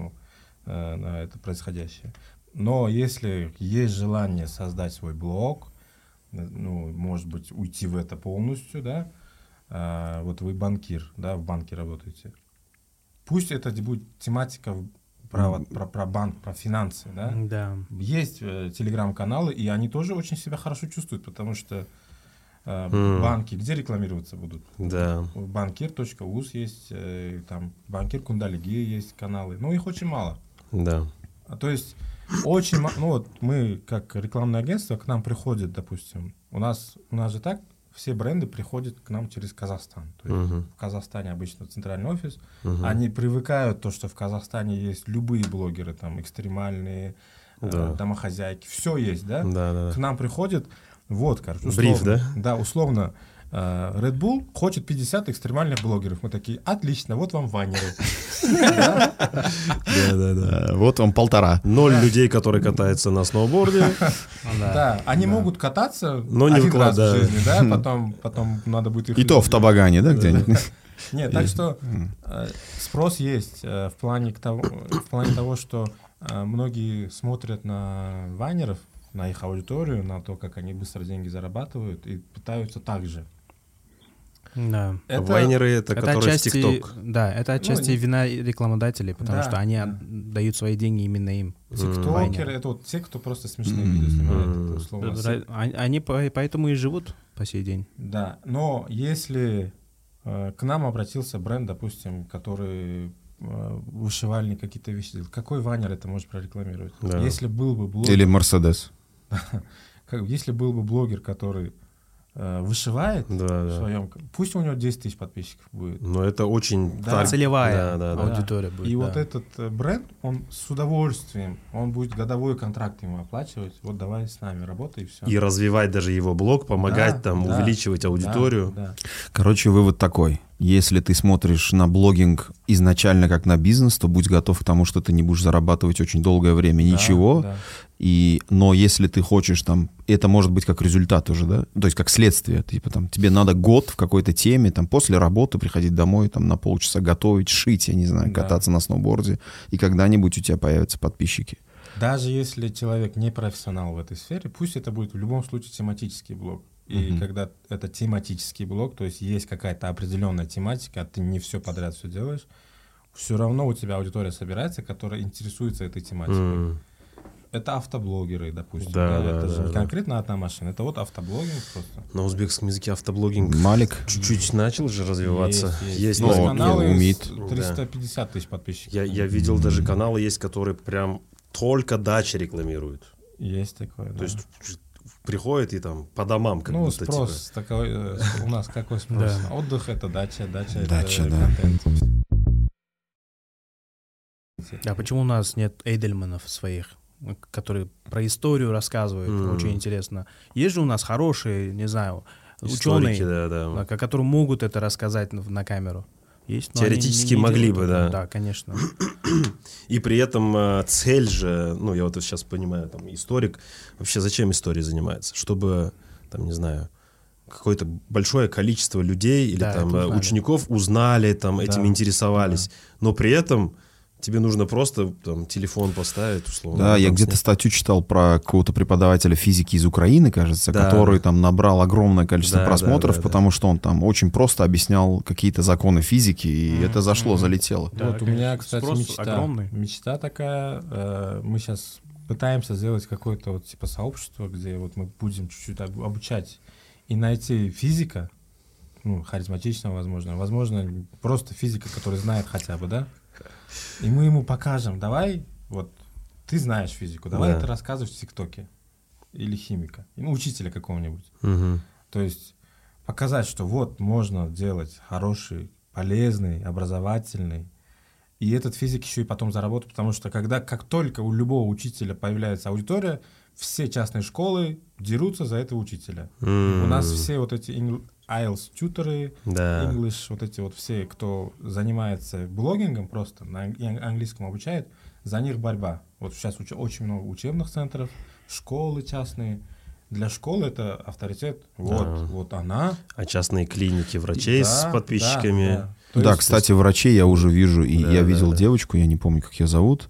на это происходящее. Но если есть желание создать свой блог, может быть, уйти в это полностью, да, вот вы банкир, да, в банке работаете. Пусть это будет тематика про банк, про финансы, да?
Да.
Есть телеграм-каналы, и они тоже очень себя хорошо чувствуют, потому что банки где рекламироваться будут?
Да.
Банкир.уз есть, там Банкир Кундалиги есть каналы, но их очень мало.
Да.
То есть очень мало, вот мы как рекламное агентство, к нам приходят, допустим, у нас же так, все бренды приходят к нам через Казахстан. То есть в Казахстане обычно центральный офис. Они привыкают то, что в Казахстане есть любые блогеры, там экстремальные, домохозяйки, все есть, да?
Да.
К нам приходят, вот, короче, условно.
Бриф, да?
Да, условно. Red Bull хочет 50 экстремальных блогеров. Мы такие, отлично, вот вам ваннеры.
Да.
Вот вам 1,5.
0 людей, которые катаются на сноуборде.
Да, они могут кататься
но не
один раз в
выкладывая.
жизни, да, потом надо будет их...
И то в Табагане, да, где-нибудь?
Нет, так что спрос есть в плане того, что многие смотрят на вайнеров, на их аудиторию, на то, как они быстро деньги зарабатывают, и пытаются так же.
Да.
Вайнеры это которые в ТикТок.
Да, это отчасти вина рекламодателей, потому что они дают свои деньги именно им.
Тиктокеры — это вот те, кто просто смешные видео снимают. Условно.
Они поэтому и живут по сей день.
Да, но если к нам обратился бренд, допустим, который вышивальник какие-то вещи делает, какой вайнер это может прорекламировать?
Да.
Если был бы блогер...
Или Мерседес.
Если был бы блогер, который вышивает в своем... Пусть у него 10 тысяч подписчиков будет.
Но это очень...
Целевая аудитория будет.
И вот этот бренд, он с удовольствием, он будет годовой контракт ему оплачивать. Вот давай с нами работай, и все.
И развивать даже его блог, помогать увеличивать аудиторию.
Да.
Короче, вывод такой. Если ты смотришь на блогинг изначально как на бизнес, то будь готов к тому, что ты не будешь зарабатывать очень долгое время ничего.
Да.
Но если ты хочешь там, это может быть как результат уже, да, то есть как следствие, типа там тебе надо год в какой-то теме, там после работы приходить домой, там на полчаса готовить, шить, я не знаю, кататься на сноуборде, и когда-нибудь у тебя появятся подписчики.
Даже если человек не профессионал в этой сфере, пусть это будет в любом случае тематический блог. И когда это тематический блог, то есть есть какая-то определенная тематика, а ты не все подряд все делаешь, все равно у тебя аудитория собирается, которая интересуется этой тематикой. Это автоблогеры, допустим. Это же не конкретно одна машина, это вот автоблогинг просто.
На узбекском языке автоблогинг
Малик
чуть-чуть начал же развиваться.
Есть каналы с 350 тысяч подписчиков.
Я видел даже каналы есть, которые прям только дачи рекламируют.
Есть такое, да.
То есть приходят и там по домам как будто
спрос
типа.
Такой, у нас какой спрос? Отдых — это дача это
да.
контент.
А почему у нас нет Эйдельманов своих? которые про историю рассказывают, очень интересно. Есть же у нас хорошие, не знаю, ученые, которые могут это рассказать на камеру. Есть,
теоретически могли бы, да.
Да, конечно.
И при этом цель же, ну, я вот сейчас понимаю, там, историк, вообще зачем историей занимается? Чтобы, там, не знаю, какое-то большое количество людей или там учеников узнали, там, этим интересовались. Но при этом тебе нужно просто там телефон поставить, условно.
Да, я где-то статью читал про какого-то преподавателя физики из Украины, кажется, который там набрал огромное количество просмотров, потому что он там очень просто объяснял какие-то законы физики, и это зашло, залетело.
Да, вот у меня, кстати, мечта такая. Мы сейчас пытаемся сделать какое-то вот типа сообщество, где вот мы будем чуть-чуть обучать и найти физика, ну, харизматичного, возможно, просто физика, который знает хотя бы, да? И мы ему покажем, давай, вот, ты знаешь физику, давай это рассказывай в ТикТоке. Или химика, ну, учителя какого-нибудь. То есть показать, что вот можно делать хороший, полезный, образовательный. И этот физик еще и потом заработает, потому что как только у любого учителя появляется аудитория, все частные школы дерутся за этого учителя. У нас все вот эти IELTS тьюторы, English, вот эти вот все, кто занимается блогингом, просто на английском обучает, за них борьба. Вот сейчас очень много учебных центров, школы частные. Для школы это авторитет. Вот она.
А частные клиники врачей с подписчиками.
Да, кстати, врачей я уже вижу, и я видел девочку, я не помню, как ее зовут,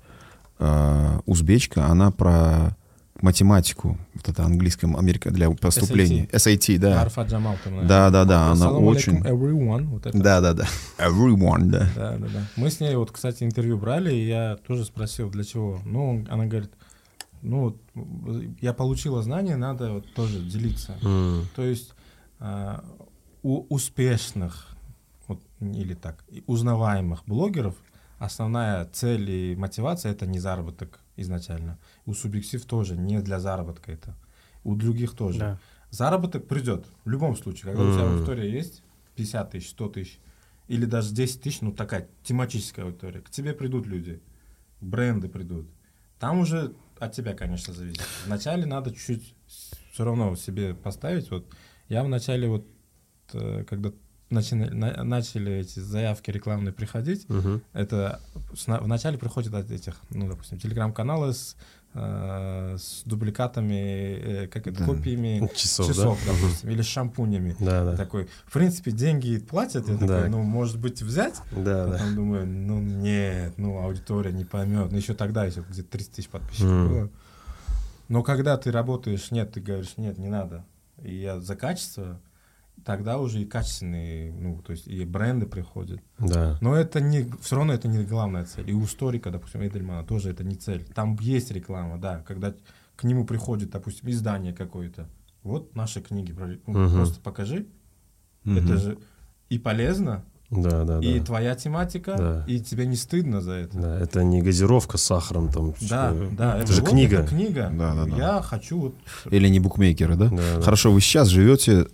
узбечка, она про математику, вот это английском Америка для поступления. SAT, да.
Арфа Джамал.
Да, она очень...
Everyone. Вот это.
Да. Everyone, да.
Да. Мы с ней, вот, кстати, интервью брали, и я тоже спросил, для чего. Ну, она говорит, ну, я получила знания, надо вот тоже делиться. То есть у успешных, вот, или так, узнаваемых блогеров основная цель и мотивация — это не заработок изначально. У субъектив тоже не для заработка это. У других тоже. Да. Заработок придет в любом случае. Когда у тебя аудитория есть 50 тысяч, 100 тысяч или даже 10 тысяч, ну такая тематическая аудитория, к тебе придут люди, бренды придут. Там уже от тебя, конечно, зависит. Вначале надо чуть-чуть все равно себе поставить. Вот я вначале, вот когда начали эти заявки рекламные приходить, это вначале приходят от этих, ну, допустим, телеграм-каналы с дубликатами, копиями часов, допустим, или с шампунями. Такой, в принципе, деньги платят, я такой, ну, может быть, взять? Потом думаю, ну, нет, ну, аудитория не поймет. Ну, еще тогда еще где-то 30 тысяч подписчиков было. Но когда ты работаешь, ты говоришь, нет, не надо. И я за качество, тогда уже и качественные, ну, то есть и бренды приходят.
Да.
Но это не, все равно это не главная цель. И у Сторика, допустим, Эдельмана тоже это не цель. Там есть реклама, да, когда к нему приходит, допустим, издание какое-то. Вот наши книги, просто покажи. Это же и полезно, и твоя тематика, и тебе не стыдно за это.
Да, это не газировка с сахаром, там.
Да,
это же книга.
Это книга. Да. Я хочу вот...
Или не букмекеры, да? Хорошо, вы сейчас живете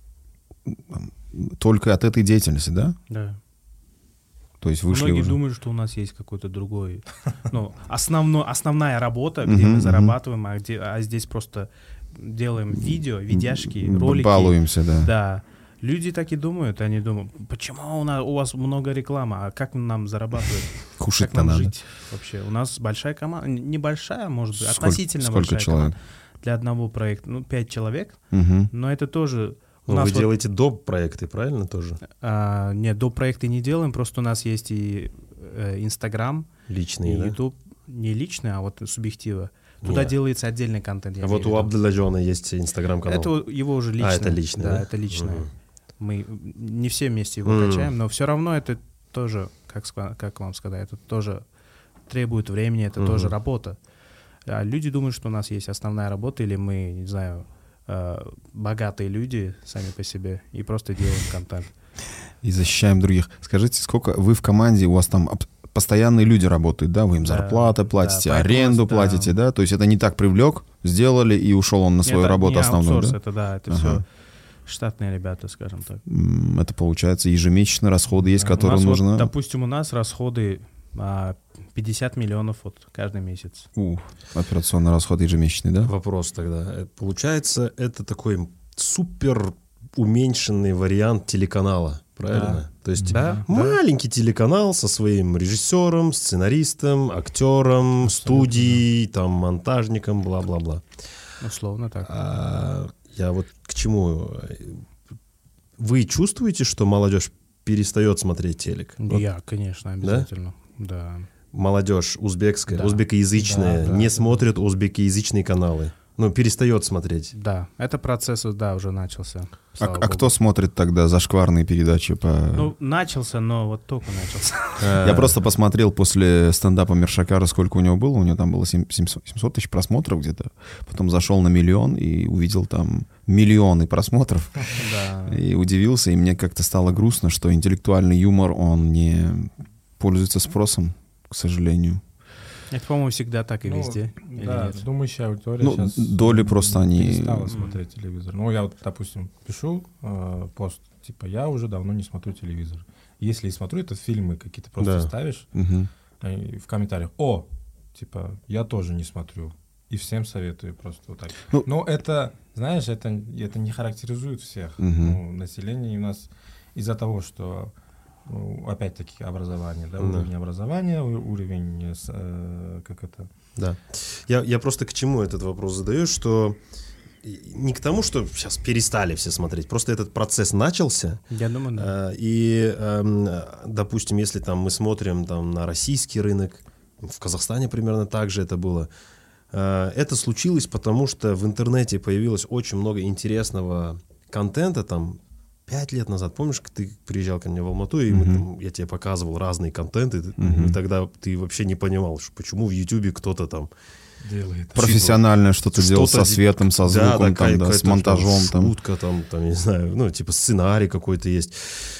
только от этой деятельности, да?
Да.
То есть вышли
Многие
уже...
думают, что у нас есть какой-то другой... Ну, основная работа, где мы зарабатываем, а здесь просто делаем видео, видяшки, ролики.
Балуемся, да.
Да. Люди так и думают, они думают, почему у вас много рекламы, а как нам зарабатывать?
Кушать-то
как нам
надо.
жить вообще? У нас большая команда, небольшая, может быть,
Сколько
относительно большая
человек?
команда. Для одного проекта, 5 человек, но это тоже...
Вы делаете доп. Проекты, правильно, тоже?
Нет, доп. Проекты не делаем, просто у нас есть и Инстаграм,
личный,
и Ютуб. Не личный, а вот субъектива. Туда делается отдельный контент.
А вот у Абдулладжона есть Инстаграм-канал?
Это его уже личный.
Это личный, да?
Да, это личное. Мы не все вместе его качаем, но все равно это тоже, как вам сказать, это тоже требует времени, это тоже работа. А люди думают, что у нас есть основная работа, или мы, не знаю, богатые люди сами по себе и просто делаем контент.
И защищаем других. Скажите, сколько вы в команде, у вас там постоянные люди работают, да? Вы им зарплаты платите, аренду платите, да? То есть это не так привлек, сделали и ушел он на свою работу основную, да?
Это все штатные ребята, скажем так.
Это получается ежемесячные расходы есть, которые нужно...
Вот, допустим, у нас расходы 50 миллионов вот каждый месяц.
Операционный расход ежемесячный, да?
Вопрос тогда. Получается, это такой супер уменьшенный вариант телеканала, правильно?
Да.
То есть
Да,
маленький телеканал со своим режиссером, сценаристом, актером, студией, там, монтажником, бла-бла-бла.
Условно так.
Я вот к чему? Вы чувствуете, что молодежь перестает смотреть телек?
Я, конечно, обязательно. Да?
Молодежь узбекская,
Да.
узбекоязычная,
Да,
не смотрит узбекоязычные каналы. Ну, перестает смотреть.
Да, это процесс, да, уже начался.
А кто смотрит тогда зашкварные передачи по...
Ну, начался, но вот только начался.
Я просто посмотрел после стендапа Миршакара, сколько у него было. У него там было 700 тысяч просмотров где-то. Потом зашел на 1 миллион и увидел там миллионы просмотров.
Да.
И удивился, и мне как-то стало грустно, что интеллектуальный юмор, он не пользуется спросом, к сожалению.
Это, по-моему, всегда так и везде. Или
Да,
нет?
думающая аудитория
Ну,
сейчас
доли просто они...
перестала смотреть телевизор. Ну, я вот, допустим, пишу пост, типа, я уже давно не смотрю телевизор. Если и смотрю, это фильмы какие-то просто ставишь и в комментариях, типа, я тоже не смотрю. И всем советую просто вот так.
Ну,
но это, знаешь, это не характеризует всех. Ну, население у нас из-за того, что опять-таки образование, да, уровень образования, уровень, как это...
Да. Я просто к чему этот вопрос задаю, что не к тому, что сейчас перестали все смотреть, просто этот процесс начался.
Я думаю, да.
И, допустим, если там мы смотрим там, на российский рынок, в Казахстане примерно так же это было, это случилось потому, что в интернете появилось очень много интересного контента, там, 5 лет назад, помнишь, ты приезжал ко мне в Алмату, и я тебе показывал разные контенты, и тогда ты вообще не понимал, что почему в Ютубе кто-то там
делает.
Профессиональное что-то делал со светом, со звуком, с монтажом.
Шутка, там, не знаю, ну, типа сценарий какой-то есть.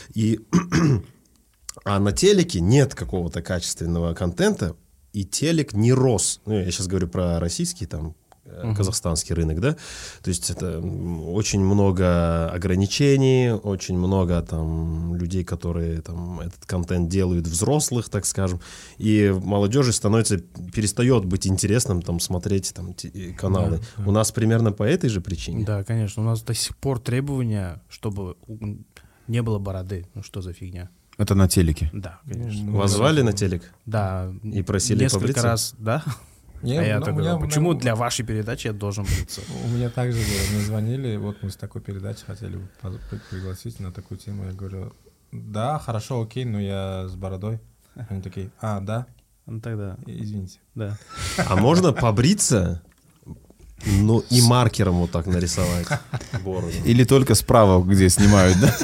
А на телеке нет какого-то качественного контента, и телек не рос. Ну, я сейчас говорю про российский там, казахстанский рынок, да, то есть это очень много ограничений, очень много там людей, которые там этот контент делают, взрослых, так скажем, и молодежи перестает быть интересным там смотреть там каналы. Да. У нас примерно по этой же причине.
Да, конечно, у нас до сих пор требования, чтобы не было бороды. Ну что за фигня?
Это на телеке?
Да, конечно.
Вас звали на телек?
Да.
И просили
несколько
побриться?
Раз, да. Я такой, почему для вашей передачи я должен бриться?
У меня также было, мне звонили, вот мы с такой передачи хотели пригласить на такую тему. Я говорю, да, хорошо, окей, но я с бородой. Они такие, да?
Ну тогда.
Извините.
Да.
А можно побриться, ну и маркером вот так нарисовать бороду?
Или только справа, где снимают, да?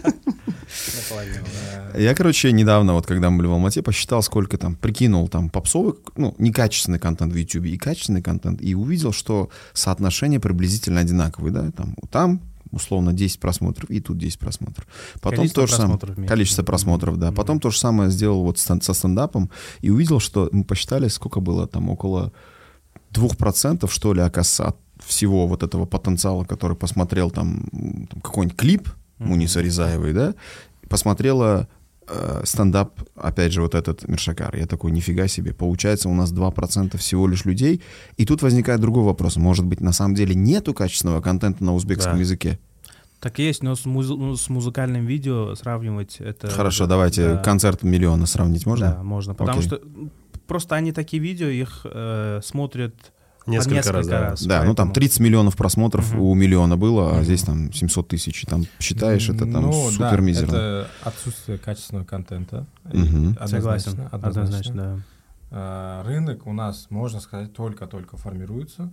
Я, короче, недавно, вот когда мы были в Алмате, посчитал, сколько там, прикинул там попсовый, ну, некачественный контент в YouTube и качественный контент, и увидел, что соотношение приблизительно одинаковое, да, там условно 10 просмотров, и тут 10 просмотров. Потом то же самое. Количество просмотров, да. Потом то же самое сделал вот со стендапом, и увидел, что мы посчитали, сколько было там, около 2%, что ли, оказывается, от всего вот этого потенциала, который посмотрел там какой-нибудь клип Муниса Ризаевой, да, посмотрела стендап, опять же, вот этот Миршакар. Я такой, нифига себе, получается, у нас 2% всего лишь людей. И тут возникает другой вопрос. Может быть, на самом деле нету качественного контента на узбекском языке?
Так есть, но с музыкальным видео сравнивать это...
Хорошо, давайте концерт миллиона сравнить можно?
Да, можно, потому что просто они такие видео, их смотрят...
Несколько раз.
Да, поэтому... ну там 30 миллионов просмотров у миллиона было, а здесь там 700 тысяч. И там считаешь, это там супер мизерно.
Это отсутствие качественного контента.
Согласен, однозначно,
да. Рынок у нас, можно сказать, только-только формируется.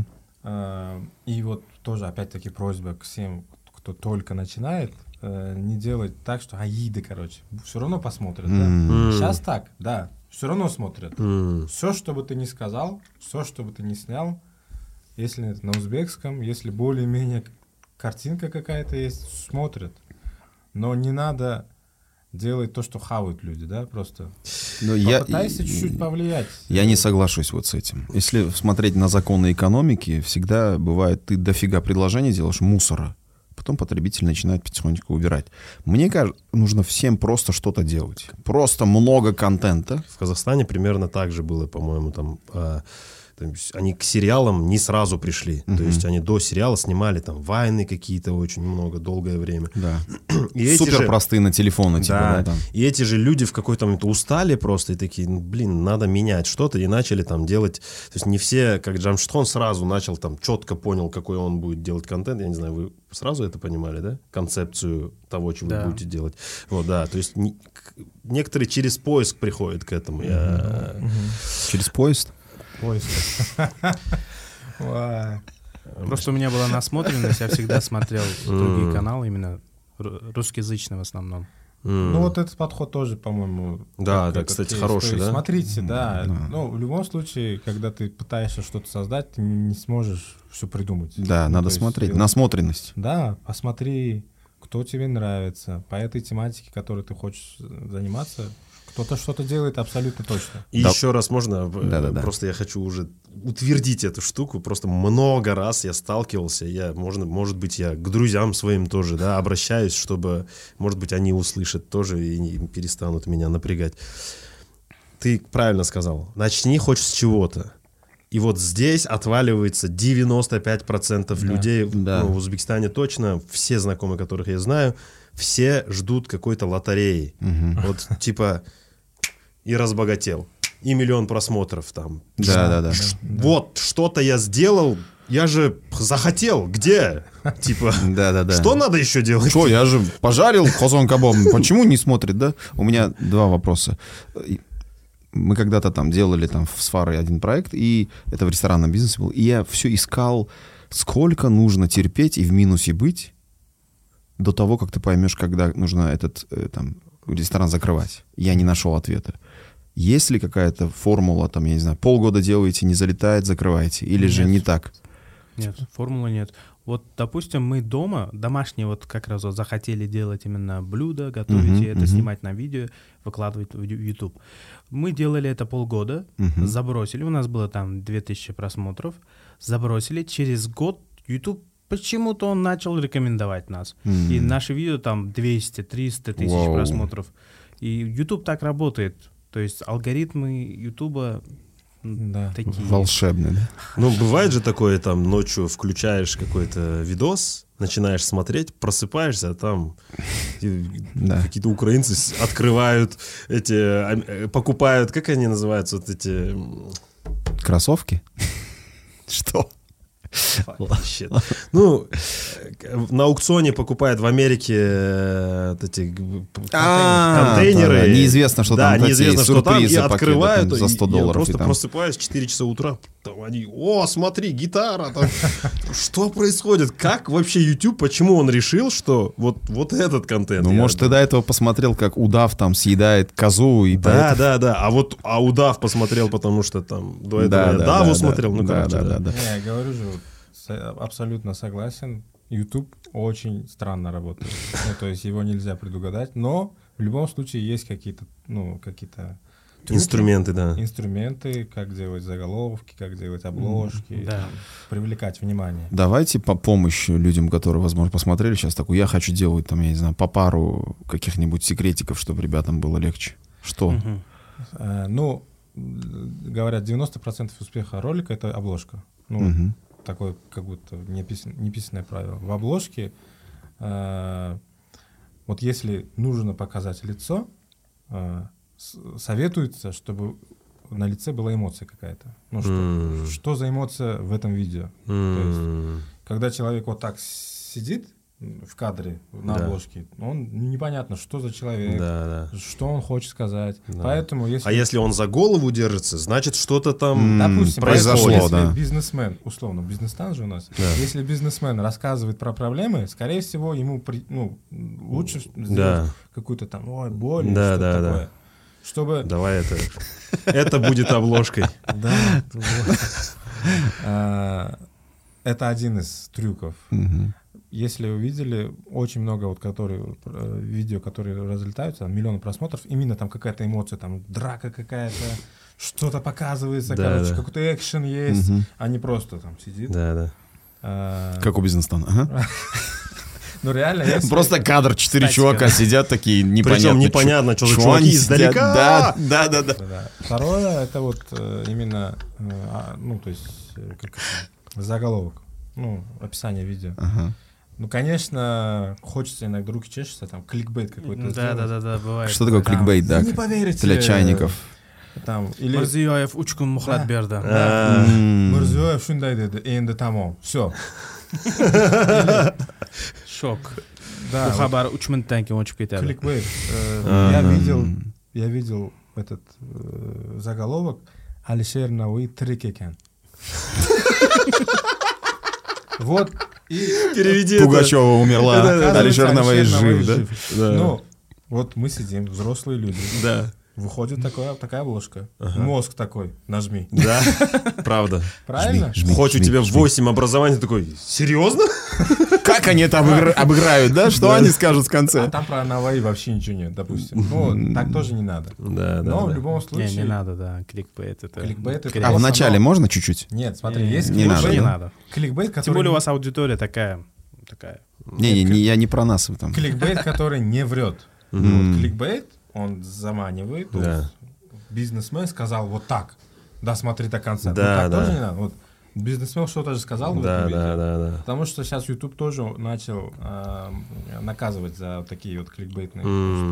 И вот тоже, опять-таки, просьба к всем, кто только начинает, не делать так, что аиды, короче, все равно посмотрят. Да? Сейчас так, да. Все равно смотрят. Все, что бы ты ни сказал, все, что бы ты ни снял, если это на узбекском, если более-менее картинка какая-то есть, смотрят. Но не надо делать то, что хавают люди, да, просто. Попытайся чуть-чуть повлиять.
Я не соглашусь вот с этим. Если смотреть на законы экономики, всегда бывает, ты дофига предложений делаешь, мусора. потом потребитель начинает потихонечку убирать. Мне кажется, нужно всем просто что-то делать. Просто много контента.
В Казахстане примерно так же было, по-моему, там они к сериалам не сразу пришли. То есть они до сериала снимали там вайны какие-то очень много, долгое время.
Да.
И
супер простые на телефоны.
Да, и эти же люди в какой-то момент устали просто и такие, надо менять что-то, и начали там делать. То есть не все, как Джамшитхон, сразу начал там, четко понял, какой он будет делать контент. Я не знаю, вы сразу это понимали, да? Концепцию того, чего вы будете делать. Вот, да, то есть некоторые через поиск приходят к этому.
Через поезд?
Просто у меня была насмотренность, я всегда смотрел другие каналы, именно русскоязычные в основном.
Ну вот этот подход тоже, по-моему...
Да, кстати, хороший, да?
Смотрите, да. Ну, в любом случае, когда ты пытаешься что-то создать, ты не сможешь все придумать.
Да, надо смотреть. Насмотренность.
Да, посмотри, кто тебе нравится, по этой тематике, которой ты хочешь заниматься. Кто-то что-то делает абсолютно точно.
И еще раз можно? Просто я хочу уже утвердить эту штуку. Просто много раз я сталкивался. Может быть, я к друзьям своим тоже обращаюсь, чтобы, может быть, они услышат тоже и не перестанут меня напрягать. Ты правильно сказал. Начни хоть с чего-то. И вот здесь отваливается 95% людей. В Узбекистане точно. Все знакомые, которых я знаю, все ждут какой-то лотереи. Вот типа и разбогател. И 1 миллион просмотров там.
Да.
Вот, что-то я сделал, я же захотел. Где? Типа, что надо еще делать?
Что, я же пожарил хозон кабаб. Почему не смотрит, да? У меня 2 вопроса. Мы когда-то там делали там с Фарой один проект, и это в ресторанном бизнесе был, и я все искал, сколько нужно терпеть и в минусе быть до того, как ты поймешь, когда нужно этот там ресторан закрывать. Я не нашел ответа. Есть ли какая-то формула, там, я не знаю, полгода делаете, не залетает, закрываете? Или же не так?
Нет, формулы нет. Вот, допустим, мы дома, домашние, вот как раз вот захотели делать именно блюдо, готовить, и это снимать на видео, выкладывать в YouTube. Мы делали это полгода, забросили, у нас было там 2000 просмотров, забросили, через год YouTube почему-то он начал рекомендовать нас. И наши видео там 200-300 тысяч просмотров. И YouTube так работает. То есть алгоритмы YouTube такие.
Волшебные, да?
Ну, бывает же такое, там, ночью включаешь какой-то видос, начинаешь смотреть, просыпаешься, а там какие-то украинцы открывают покупают, как они называются, вот эти...
Кроссовки? Что?
Ну, на аукционе покупают в Америке эти контейнеры.
Неизвестно, что там.
Да, неизвестно, что там, и открывают.
За $100.
Я просто просыпаюсь в 4 часа утра, там они, смотри, гитара. Что происходит? Как вообще YouTube, почему он решил, что вот этот контент?
Ну, может, ты до этого посмотрел, как удав там съедает козу.
Да. А удав посмотрел, потому что там до этого я Даву смотрел. Ну, короче, да.
Я говорю же, абсолютно согласен. YouTube очень странно работает. То есть его нельзя предугадать, но в любом случае есть какие-то трюки,
инструменты,
инструменты, как делать заголовки, как делать обложки, привлекать внимание.
Давайте по помощи людям, которые, возможно, посмотрели сейчас такую, я хочу делать там, я не знаю, по пару каких-нибудь секретиков, чтобы ребятам было легче. Что?
Ну, говорят, 90% успеха ролика — это обложка. Такое как будто неписанное правило. В обложке вот если нужно показать лицо, советуется, чтобы на лице была эмоция какая-то. Что за эмоция в этом видео? То есть, когда человек вот так сидит в кадре, на обложке, непонятно, что за человек, что он хочет сказать. Поэтому,
если он за голову держится, значит, что-то там
допустим,
произошло.
Если бизнесмен, условно, бизнес-стан же у нас, если бизнесмен рассказывает про проблемы, скорее всего, ему лучше сделать какую-то там боль, что-то такое. Чтобы...
Давай это будет обложкой.
Это один из трюков. Если вы видели, очень много видео, которые разлетаются, миллионы просмотров, именно там какая-то эмоция, там драка какая-то, что-то показывается, какой-то экшен есть, а не просто там сидит.
Как у бизнес-стана.
Ну реально, если...
Просто кадр, 4 чувака сидят такие, непонятно.
Причем непонятно, что за
чё
чуваки
они
издалека.
сидят. Да.
Да. Второе, это вот именно, ну, то есть, как это, заголовок, ну, описание видео.
Ага.
Ну, конечно, хочется иногда, руки чешутся, там, кликбейт какой-то
Да, бывает.
Что такое кликбейт, да?
Вы не поверите.
Для чайников.
Там, или...
Мирзиёев 3 kun muhlat berdi.
Мирзиёев шундай деди, энди тамом. Все.
Шок.
Да.
Bu xabar 3 minutdan keyin o'chib ketadi.
Кликбейт. Я видел этот заголовок. Алишер Наваи тирик экен. Вот.
Переведи
Пугачева умерла, Алишер Наваи жив, да?
Ну, вот мы сидим, взрослые люди.
Да.
Выходит такая обложка. Мозг такой, нажми.
Да, правда.
Правильно?
Хоть у тебя 8 образований, ты такой, серьезно?
Как они это обыграют, да? Что они скажут в
А
конце?
там про Наваи вообще ничего нет, допустим. Ну, так тоже не надо.
Да,
Но в любом случае...
Не надо, да, кликбейт это...
Кликбейт это...
А в начале можно чуть-чуть?
Нет, смотри, есть
Не надо,
кликбейт.
да?
надо.
Кликбейт,
Тем более
который...
у вас аудитория такая.
Не, я не про нас. Там.
Кликбейт, который не врет. Вот кликбейт, он заманивает. То
Да.
есть бизнесмен сказал вот так. Да, смотри до конца.
Да,
Ну, так
да.
тоже не надо. Вот бизнесмен что-то же сказал в этом
Да,
видео.
да.
Потому что сейчас YouTube тоже начал наказывать за такие вот кликбейтные.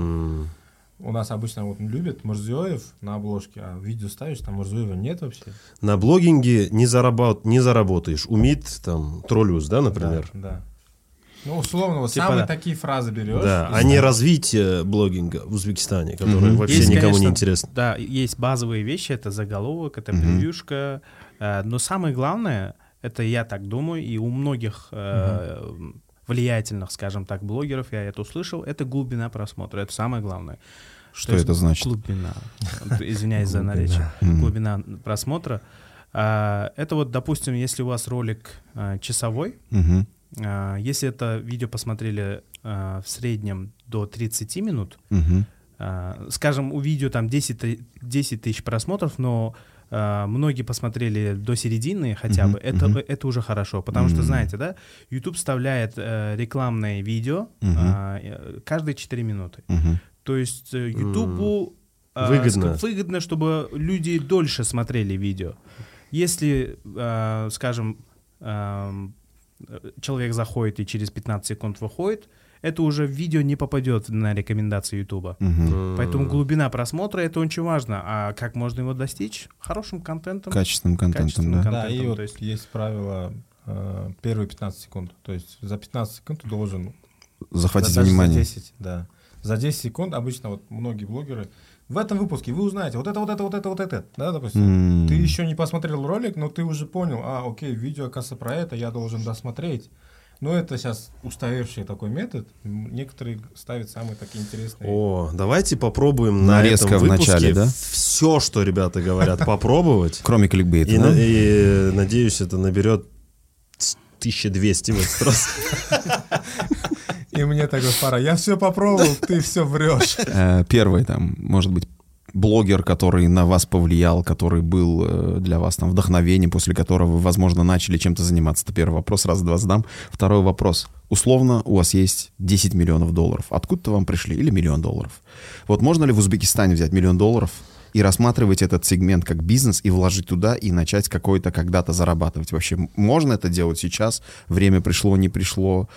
У нас обычно вот любят Мирзиёев на обложке, а видео ставишь, там Мирзиёева нет вообще.
На блогинге не заработаешь. Умит там троллюз, да, например?
Да. Ну, условно, вот
Типа
самые
да.
такие фразы берешь.
Да,
и
а не
ставишь.
развитие блогинга в Узбекистане, которое вообще
Есть,
никому
конечно,
не интересно.
Да, есть базовые вещи, это заголовок, это превьюшка, но самое главное, это я так думаю, и у многих влиятельных, скажем так, блогеров я это услышал, это глубина просмотра, это самое главное.
Что это значит?
Глубина. Извиняюсь за наречие. Глубина просмотра. Это вот, допустим, если у вас ролик часовой, если это видео посмотрели в среднем до 30 минут, скажем, у видео там 10 тысяч просмотров, но многие посмотрели до середины хотя бы, это уже хорошо, потому что, знаете, да, YouTube вставляет рекламное видео каждые 4 минуты. То есть YouTube выгодно, чтобы люди дольше смотрели видео. Если, скажем, человек заходит и через 15 секунд выходит, это уже видео не попадет на рекомендации YouTube. Поэтому глубина просмотра — это очень важно. А как можно его достичь? Хорошим контентом.
Качественным контентом, да.
Да, и вот есть правило первые 15 секунд. То есть за 15 секунд ты должен...
Захватить
даже
внимание.
За 10, да. За 10 секунд обычно вот многие блогеры... В этом выпуске вы узнаете вот это, да, допустим. Ты еще не посмотрел ролик, но ты уже понял, окей, видео, оказывается, про это, я должен досмотреть. Но это сейчас устаревший такой метод. Некоторые ставят самые такие интересные.
О, давайте попробуем
Нарезка
на этом
в
выпуске
начале, да?
все, что ребята говорят, попробовать.
Кроме кликбейта,
И,
да?
и надеюсь, это наберет 1200 в этот раз.
И мне такой, пора, я все попробовал, ты все врешь.
Первый, там, может быть, блогер, который на вас повлиял, который был для вас там вдохновением, после которого вы, возможно, начали чем-то заниматься. Это первый вопрос, раз-два задам. Второй вопрос. Условно, у вас есть 10 миллионов долларов. Откуда-то вам пришли? Или $1 миллион? Вот можно ли в Узбекистане взять $1 миллион и рассматривать этот сегмент как бизнес и вложить туда и начать какой-то когда-то зарабатывать? Вообще, можно это делать сейчас? Время пришло, не пришло?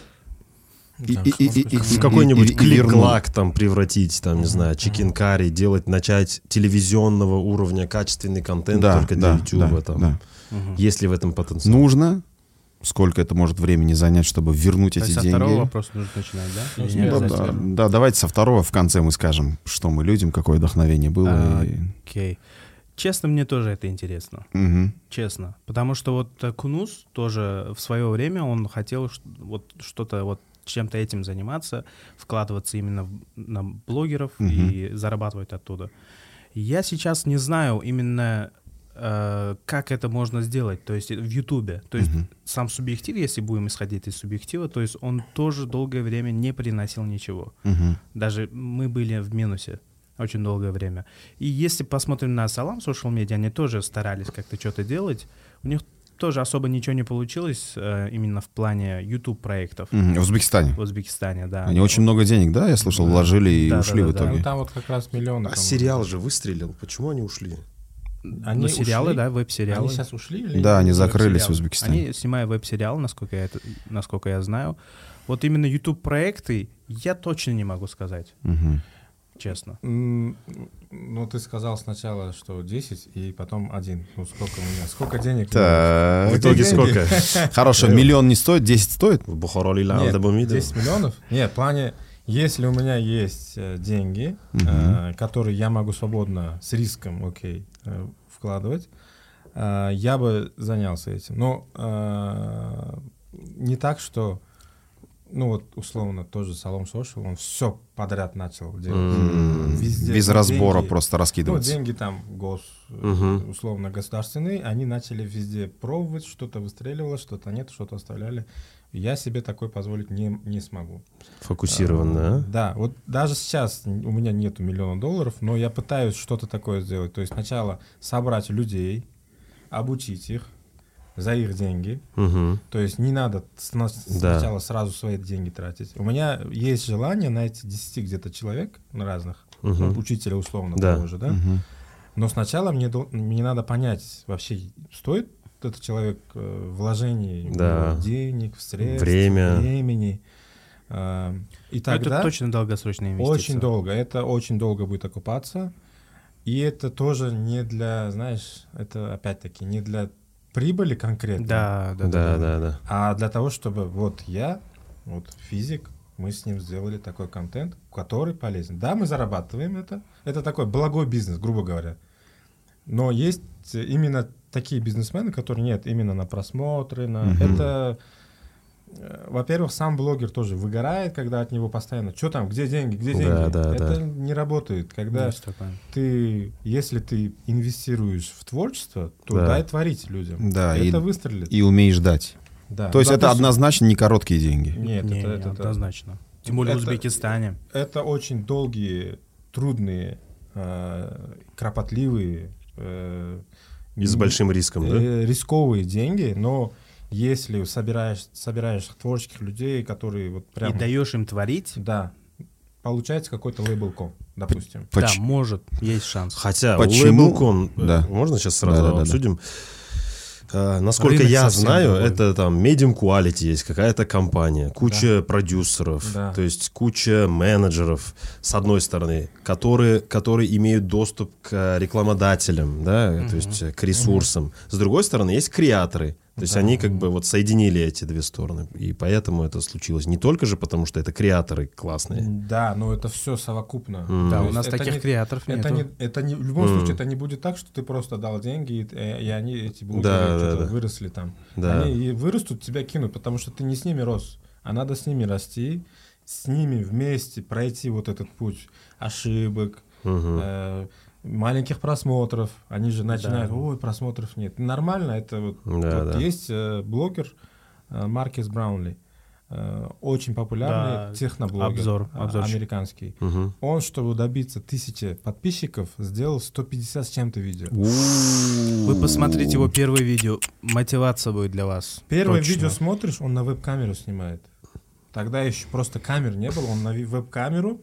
В какой-нибудь клик-клак там превратить, там, не знаю, чикен-карри, начать телевизионного уровня качественный контент только для YouTube. Есть ли в этом потенциал?
Нужно. Сколько это может времени занять, чтобы вернуть эти деньги?
Со второго вопроса нужно начинать, да?
Да, давайте со второго в конце мы скажем, что мы людям, какое вдохновение было.
Окей. Честно, мне тоже это интересно. Честно. Потому что вот Кунус тоже в свое время, он хотел вот что-то вот чем-то этим заниматься, вкладываться именно на блогеров и зарабатывать оттуда. Я сейчас не знаю именно, как это можно сделать, то есть в Ютубе. То есть сам субъектив, если будем исходить из субъектива, то есть он тоже долгое время не приносил ничего. Даже мы были в минусе очень долгое время. И если посмотрим на Салам Social Media, они тоже старались как-то что-то делать. У них тоже особо ничего не получилось именно в плане YouTube-проектов.
В Узбекистане?
В Узбекистане, да.
Они очень много денег, да, я слышал, вложили и ушли в итоге.
Ну, там вот как раз миллионы.
А сериал же выстрелил, почему они ушли?
Они сериалы, ушли? Да, веб-сериалы.
Они сейчас ушли? Или
да, они закрылись в Узбекистане.
Они снимают веб-сериал, насколько я знаю. Вот именно YouTube-проекты я точно не могу сказать. Честно.
Ну, ты сказал сначала, что 10, и потом 1. Ну, сколько у меня? Сколько денег?
В
итоге сколько?
Хорошо, миллион не стоит, 10 стоит?
В Бухаролиле
Нет, 10 миллионов? Нет, в плане, если у меня есть деньги, которые я могу свободно, с риском, вкладывать, я бы занялся этим. Но не так, что... Ну вот, условно, тоже Salom Social, он все подряд начал делать. Везде.
Без разбора
деньги,
просто раскидываться.
Деньги там условно государственные, они начали везде пробовать, что-то выстреливало, что-то нет, что-то оставляли. Я себе такое позволить не смогу.
Фокусированно,
да, вот даже сейчас у меня нету $1 миллиона, но я пытаюсь что-то такое сделать. То есть сначала собрать людей, обучить их, за их деньги. То есть не надо сначала сразу свои деньги тратить. У меня есть желание найти 10 где-то человек разных, учителя условно того же, да? Но сначала мне надо понять, вообще стоит этот человек вложений денег, средств, времени. И тогда
это точно долгосрочная инвестиция.
Очень долго. Это очень долго будет окупаться. И это тоже не для, знаешь, это опять-таки не для прибыли конкретно.
Да.
А для того, чтобы физик, мы с ним сделали такой контент, который полезен. Да, мы зарабатываем это. Это такой благой бизнес, грубо говоря. Но есть именно такие бизнесмены, которые нет именно на просмотры, это... Во-первых, сам блогер тоже выгорает, когда от него постоянно что там, где деньги, это не работает. Когда если ты инвестируешь в творчество, то дай творить людям.
Да,
это выстрелит.
И умеешь дать.
Да.
То есть это однозначно не короткие деньги.
Нет, это
однозначно. Тем более в Узбекистане.
Это очень долгие, трудные, кропотливые
и с большим риском,
рисковые деньги, но если собираешь творческих людей, которые вот прям...
И даешь им творить?
Да. Получается какой-то лейбл.com, допустим.
Да, может, есть шанс.
Хотя лейбл.com, можно сейчас сразу обсудим? Насколько рынок я знаю, это там medium quality есть, какая-то компания, куча продюсеров, то есть куча менеджеров, с одной стороны, которые имеют доступ к рекламодателям, да, то есть к ресурсам. С другой стороны, есть креаторы. То есть они как бы вот соединили эти две стороны. И поэтому это случилось. Не только же потому, что это креаторы классные.
Да, но это все совокупно.
Да, у нас таких креаторов нет.
В любом случае это не будет так, что ты просто дал деньги, и они, эти блогеры, выросли там. Они и вырастут, тебя кинут, потому что ты не с ними рос. А надо с ними расти, с ними вместе пройти вот этот путь ошибок, маленьких просмотров. Они же начинают, ой, просмотров нет. Нормально, это есть блогер Маркес Браунли, очень популярный техноблогер, американский. Он, чтобы добиться 1000 подписчиков, сделал 150 с чем-то видео.
Вы посмотрите его первое видео, мотивация будет для вас.
Первое видео смотришь, он на веб-камеру снимает. Тогда еще просто камер не было, он на веб-камеру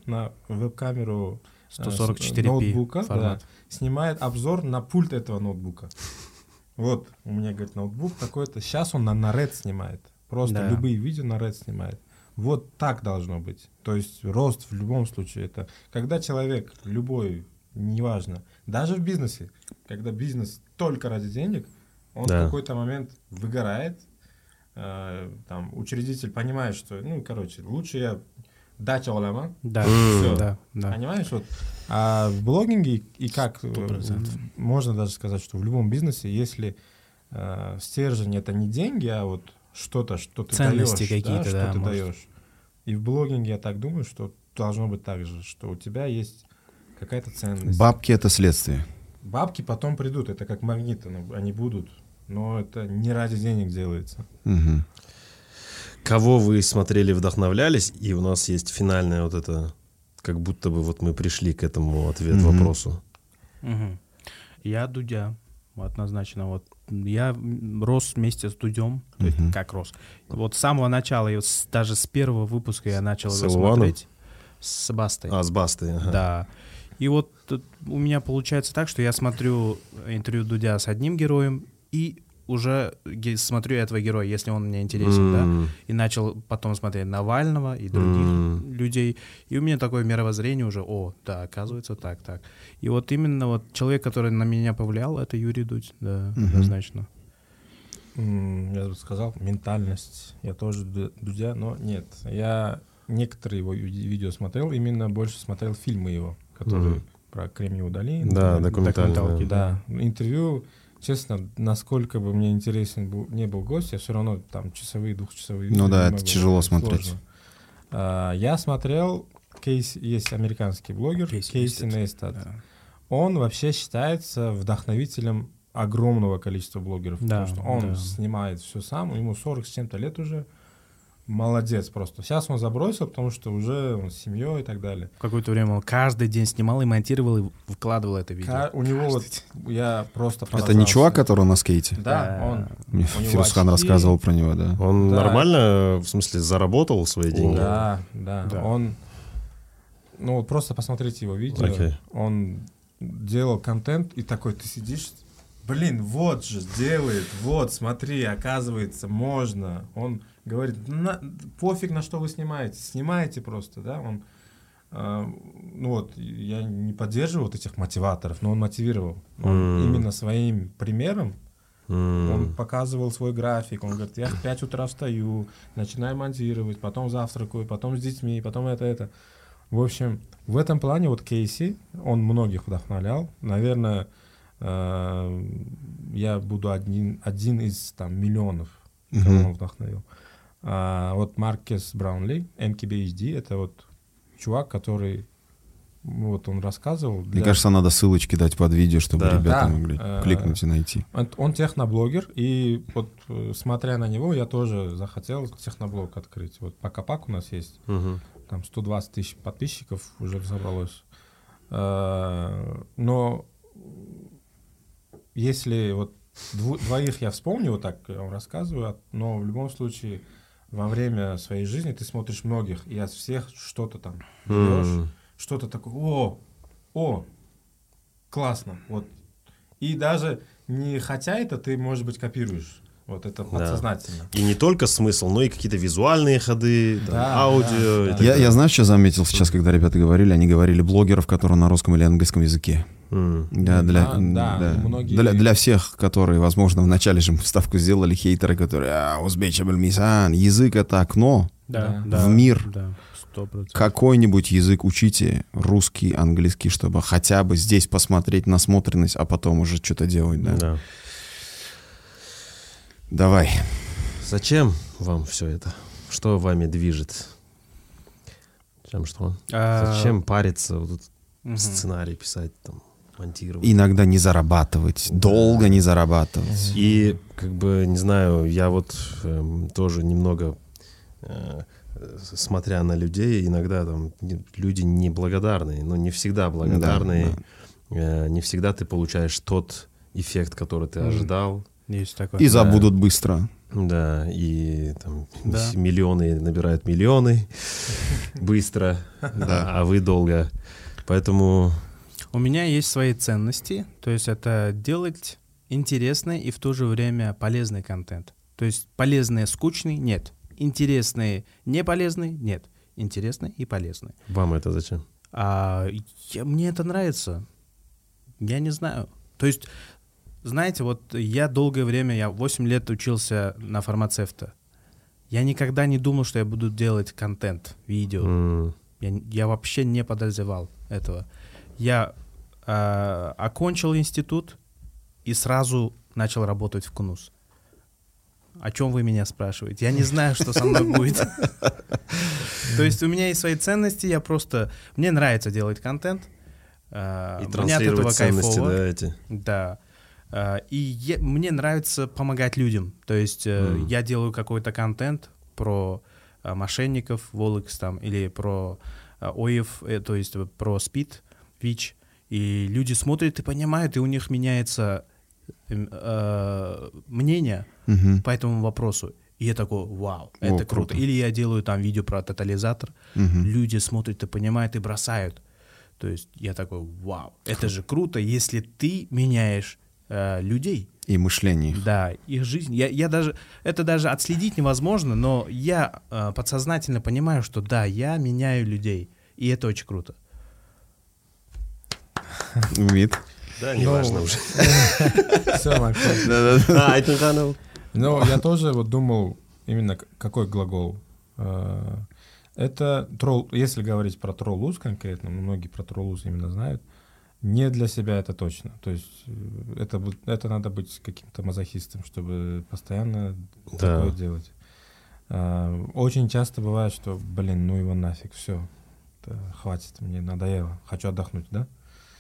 144p
ноутбука снимает обзор на пульт этого ноутбука. Вот, у меня, говорит, ноутбук такой-то. Сейчас он на Red снимает. Просто любые видео на Red снимает. Вот так должно быть. То есть рост в любом случае. Это когда человек, любой, неважно, даже в бизнесе, когда бизнес только ради денег, он в какой-то момент выгорает. Там учредитель понимает, что, лучше я дача олама. Понимаешь, вот. А в блогинге и как 100%. Можно даже сказать, что в любом бизнесе, если стержень это не деньги, а вот что-то, что ты
ценности
даешь,
какие-то,
что ты даешь. И в блогинге я так думаю, что должно быть так же, что у тебя есть какая-то ценность.
Бабки — это следствие.
Бабки потом придут, это как магниты, они будут, но это не ради денег делается.
Кого вы смотрели, вдохновлялись, и у нас есть финальная вот это, как будто бы вот мы пришли к этому вопросу.
Я Дудя. однозначно. Вот я рос вместе с Дудем, то есть как рос. Вот с самого начала, и даже с первого выпуска я начал его смотреть. С Бастой.
С Бастой, ага.
Да. И вот у меня получается так, что я смотрю интервью Дудя с одним героем и уже смотрю этого героя, если он мне интересен, да, и начал потом смотреть Навального и других людей, и у меня такое мировоззрение уже, да, оказывается так. И вот именно вот человек, который на меня повлиял, это Юрий Дудь, да, однозначно.
Я бы сказал, ментальность. Я тоже Дудя, но нет. Я некоторые его видео смотрел, именно больше смотрел фильмы его, которые про Кремниевую долину.
Да, документалки.
Да, интервью. Честно, насколько бы мне интересен не был гость, я все равно там часовые, двухчасовые видео.
Ну да, это тяжело смотреть.
Я смотрел, есть американский блогер Кейси Нейстат. Да. Он вообще считается вдохновителем огромного количества блогеров, потому что он снимает все сам, ему 40 с чем-то лет уже. Молодец просто. Сейчас он забросил, потому что уже он с семьей и так далее.
В какое-то время он каждый день снимал и монтировал, и выкладывал это видео.
У него вот, я просто поражался.
Это не чувак, который на скейте?
Да, он.
Мне Фирусхан рассказывал про него, да.
Он нормально, в смысле, заработал свои деньги?
Да. Он, просто посмотрите его видео. Он делал контент, и такой, ты сидишь, блин, вот же делает, вот, смотри, оказывается, можно. Он говорит, пофиг, на что вы снимаете просто, да, он, я не поддерживаю вот этих мотиваторов, но он мотивировал, он именно своим примером, он показывал свой график, он говорит, я в 5 утра встаю, начинаю монтировать, потом завтракаю, потом с детьми, потом это. В общем, в этом плане вот Кейси, он многих вдохновлял, наверное, я буду один из там миллионов, кого он вдохновил. Вот Маркес Браунли, MKBHD, это вот чувак, который, вот он рассказывал.
Мне кажется, надо ссылочки дать под видео, чтобы ребята могли кликнуть и найти.
Он техноблогер, и вот смотря на него, я тоже захотел техноблог открыть. Вот Пак у нас есть, там 120 тысяч подписчиков уже собралось. Но если вот двоих я вспомню, вот так я вам рассказываю, но в любом случае во время своей жизни ты смотришь многих, и от всех что-то там берешь, что-то такое, классно, вот. И даже не хотя это, ты, может быть, копируешь. Вот это подсознательно.
И не только смысл, но и какие-то визуальные ходы, аудио.
Я знаю, что заметил сейчас, когда ребята говорили, они говорили блогеров, которые на русском или английском языке. Для всех, которые, возможно, вначале же вставку сделали хейтеры, которые узбеча бельмисан, язык — это окно в мир.
100%.
Какой-нибудь язык учите, русский, английский, чтобы хотя бы здесь посмотреть насмотренность, а потом уже что-то делать. Да. Давай.
Зачем вам все это? Что вами движет? Зачем париться, сценарий писать, там, монтировать?
Иногда не зарабатывать, долго не зарабатывать.
И, не знаю, я вот тоже немного, смотря на людей, иногда там люди неблагодарные, но не всегда благодарные. Не всегда ты получаешь тот эффект, который ты ожидал.
Есть такое.
И забудут быстро.
Да, и там миллионы набирают миллионы быстро, а вы долго. Поэтому...
У меня есть свои ценности, то есть это делать интересный и в то же время полезный контент. То есть полезный, скучный — нет. Интересный, не полезный — нет. Интересный и полезный.
Вам это зачем?
Мне это нравится. Я не знаю. То есть... Знаете, вот я долгое время, я 8 лет учился на фармацевта. Я никогда не думал, что я буду делать контент, видео. Я вообще не подозревал этого. Я окончил институт и сразу начал работать в КНУС. О чем вы меня спрашиваете? Я не знаю, что со мной будет. То есть у меня есть свои ценности, мне нравится делать контент.
И транслировать ценности, эти.
Да. И мне нравится помогать людям. То есть я делаю какой-то контент про мошенников, Волокс там, или про ОИФ, то есть про СПИД, ВИЧ. И люди смотрят и понимают, и у них меняется мнение по этому вопросу. И я такой, вау, это круто. Или я делаю там видео про тотализатор, люди смотрят и понимают, и бросают. То есть я такой, вау, это же круто, если ты меняешь людей.
И мышление их.
Да, их жизнь. Это даже отследить невозможно, но я подсознательно понимаю, что да, я меняю людей. И это очень круто.
Умит.
Да, не важно уже.
Все,
Да.
Но я тоже вот думал, именно какой глагол. Это тролл, если говорить про троллуз конкретно, многие про троллуз именно знают, не для себя это точно. То есть это надо быть каким-то мазохистом, чтобы постоянно такое делать. Очень часто бывает, что, ну его нафиг, все, хватит, мне надоело, хочу отдохнуть, да?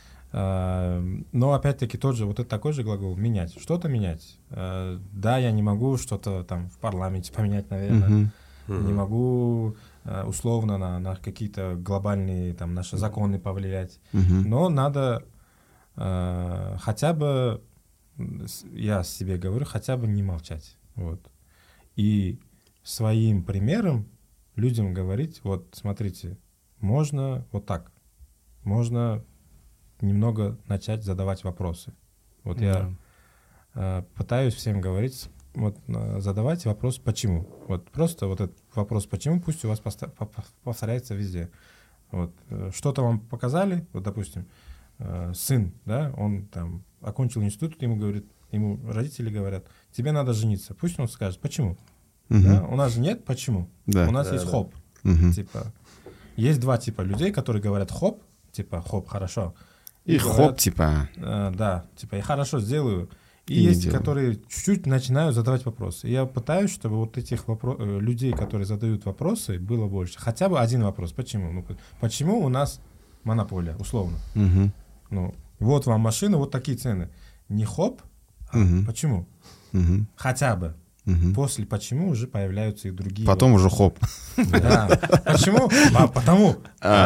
Но опять-таки тот же, вот это такой же глагол менять, что-то менять. Да, я не могу что-то там в парламенте поменять, наверное, не могу условно на какие-то глобальные там наши законы повлиять, но надо хотя бы, я себе говорю, хотя бы не молчать, вот. И своим примером людям говорить, вот смотрите, можно вот так, можно немного начать задавать вопросы. Вот я пытаюсь всем говорить, вот задавайте вопрос «почему?». Вот просто вот этот вопрос «почему?» пусть у вас повторяется везде. Вот что-то вам показали, вот допустим, сын, да, он там окончил институт, ему родители говорят, тебе надо жениться. Пусть он скажет «почему?». Да? У нас же нет «почему?». У нас есть «хоп». Типа, есть два типа людей, которые говорят «хоп», типа «хоп, хорошо».
И хоп, типа.
Да, типа, я хорошо сделаю. И есть, которые чуть-чуть начинают задавать вопросы. И я пытаюсь, чтобы вот этих людей, которые задают вопросы, было больше. Хотя бы один вопрос. Почему? Почему у нас монополия, условно? Ну, вот вам машина, вот такие цены. Не хоп, а почему? Хотя бы. После почему уже появляются и другие.
Потом уже хоп.
Да. Почему? Потому.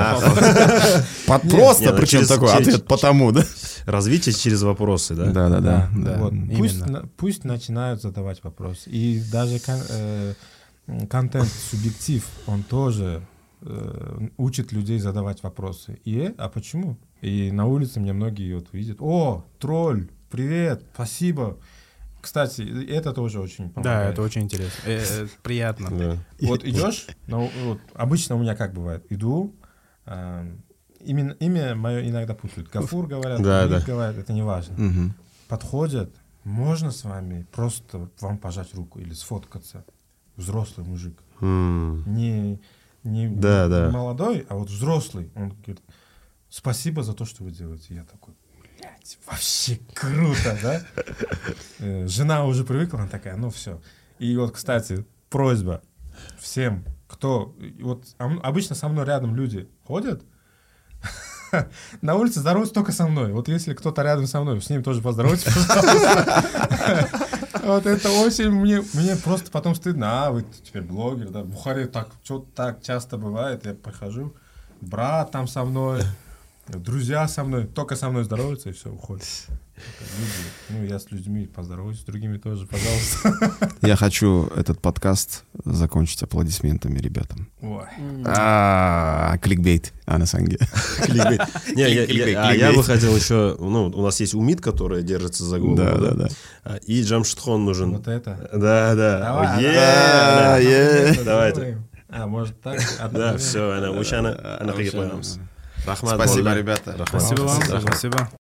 Просто, причем такой ответ потому, да?
Развитие через вопросы, да?
Да.
Пусть начинают задавать вопросы. И даже контент субъектив, он тоже учит людей задавать вопросы. А почему? И на улице мне многие вот видят: о, тролль, привет, спасибо. Кстати, это тоже очень помогает.
Да, это очень интересно. Приятно.
Да.
Вот идешь, вот, обычно у меня как бывает, иду, имя мое иногда путают. Гафур говорят, Мик говорят, это не важно. Подходят, можно с вами просто вам пожать руку или сфоткаться. Взрослый мужик. Не молодой, а вот взрослый. Он говорит: спасибо за то, что вы делаете. Я такой: вообще круто, да? Жена уже привыкла, она такая: ну все. И вот, кстати, просьба всем, кто... Вот обычно со мной рядом люди ходят, на улице здороваются только со мной. Вот если кто-то рядом со мной, с ним тоже поздоровайтесь, пожалуйста. Вот это очень... Мне просто потом стыдно. Вы теперь блогер, да? В Бухаре так часто бывает. Я прихожу, брат там со мной, друзья со мной, только со мной здороваются и все, уходят. Ну, я с людьми поздороваюсь, с другими тоже, пожалуйста.
Я хочу этот подкаст закончить аплодисментами ребятам.
Ой.
Кликбейт, на самом деле.
Я бы хотел еще... Ну, у нас есть Умид, который держится за голову.
Да.
И Джамшитхон нужен.
Вот это?
Да.
Давайте. Может так?
Да, все, она. Спасибо,
ребята.
Спасибо вам. Спасибо.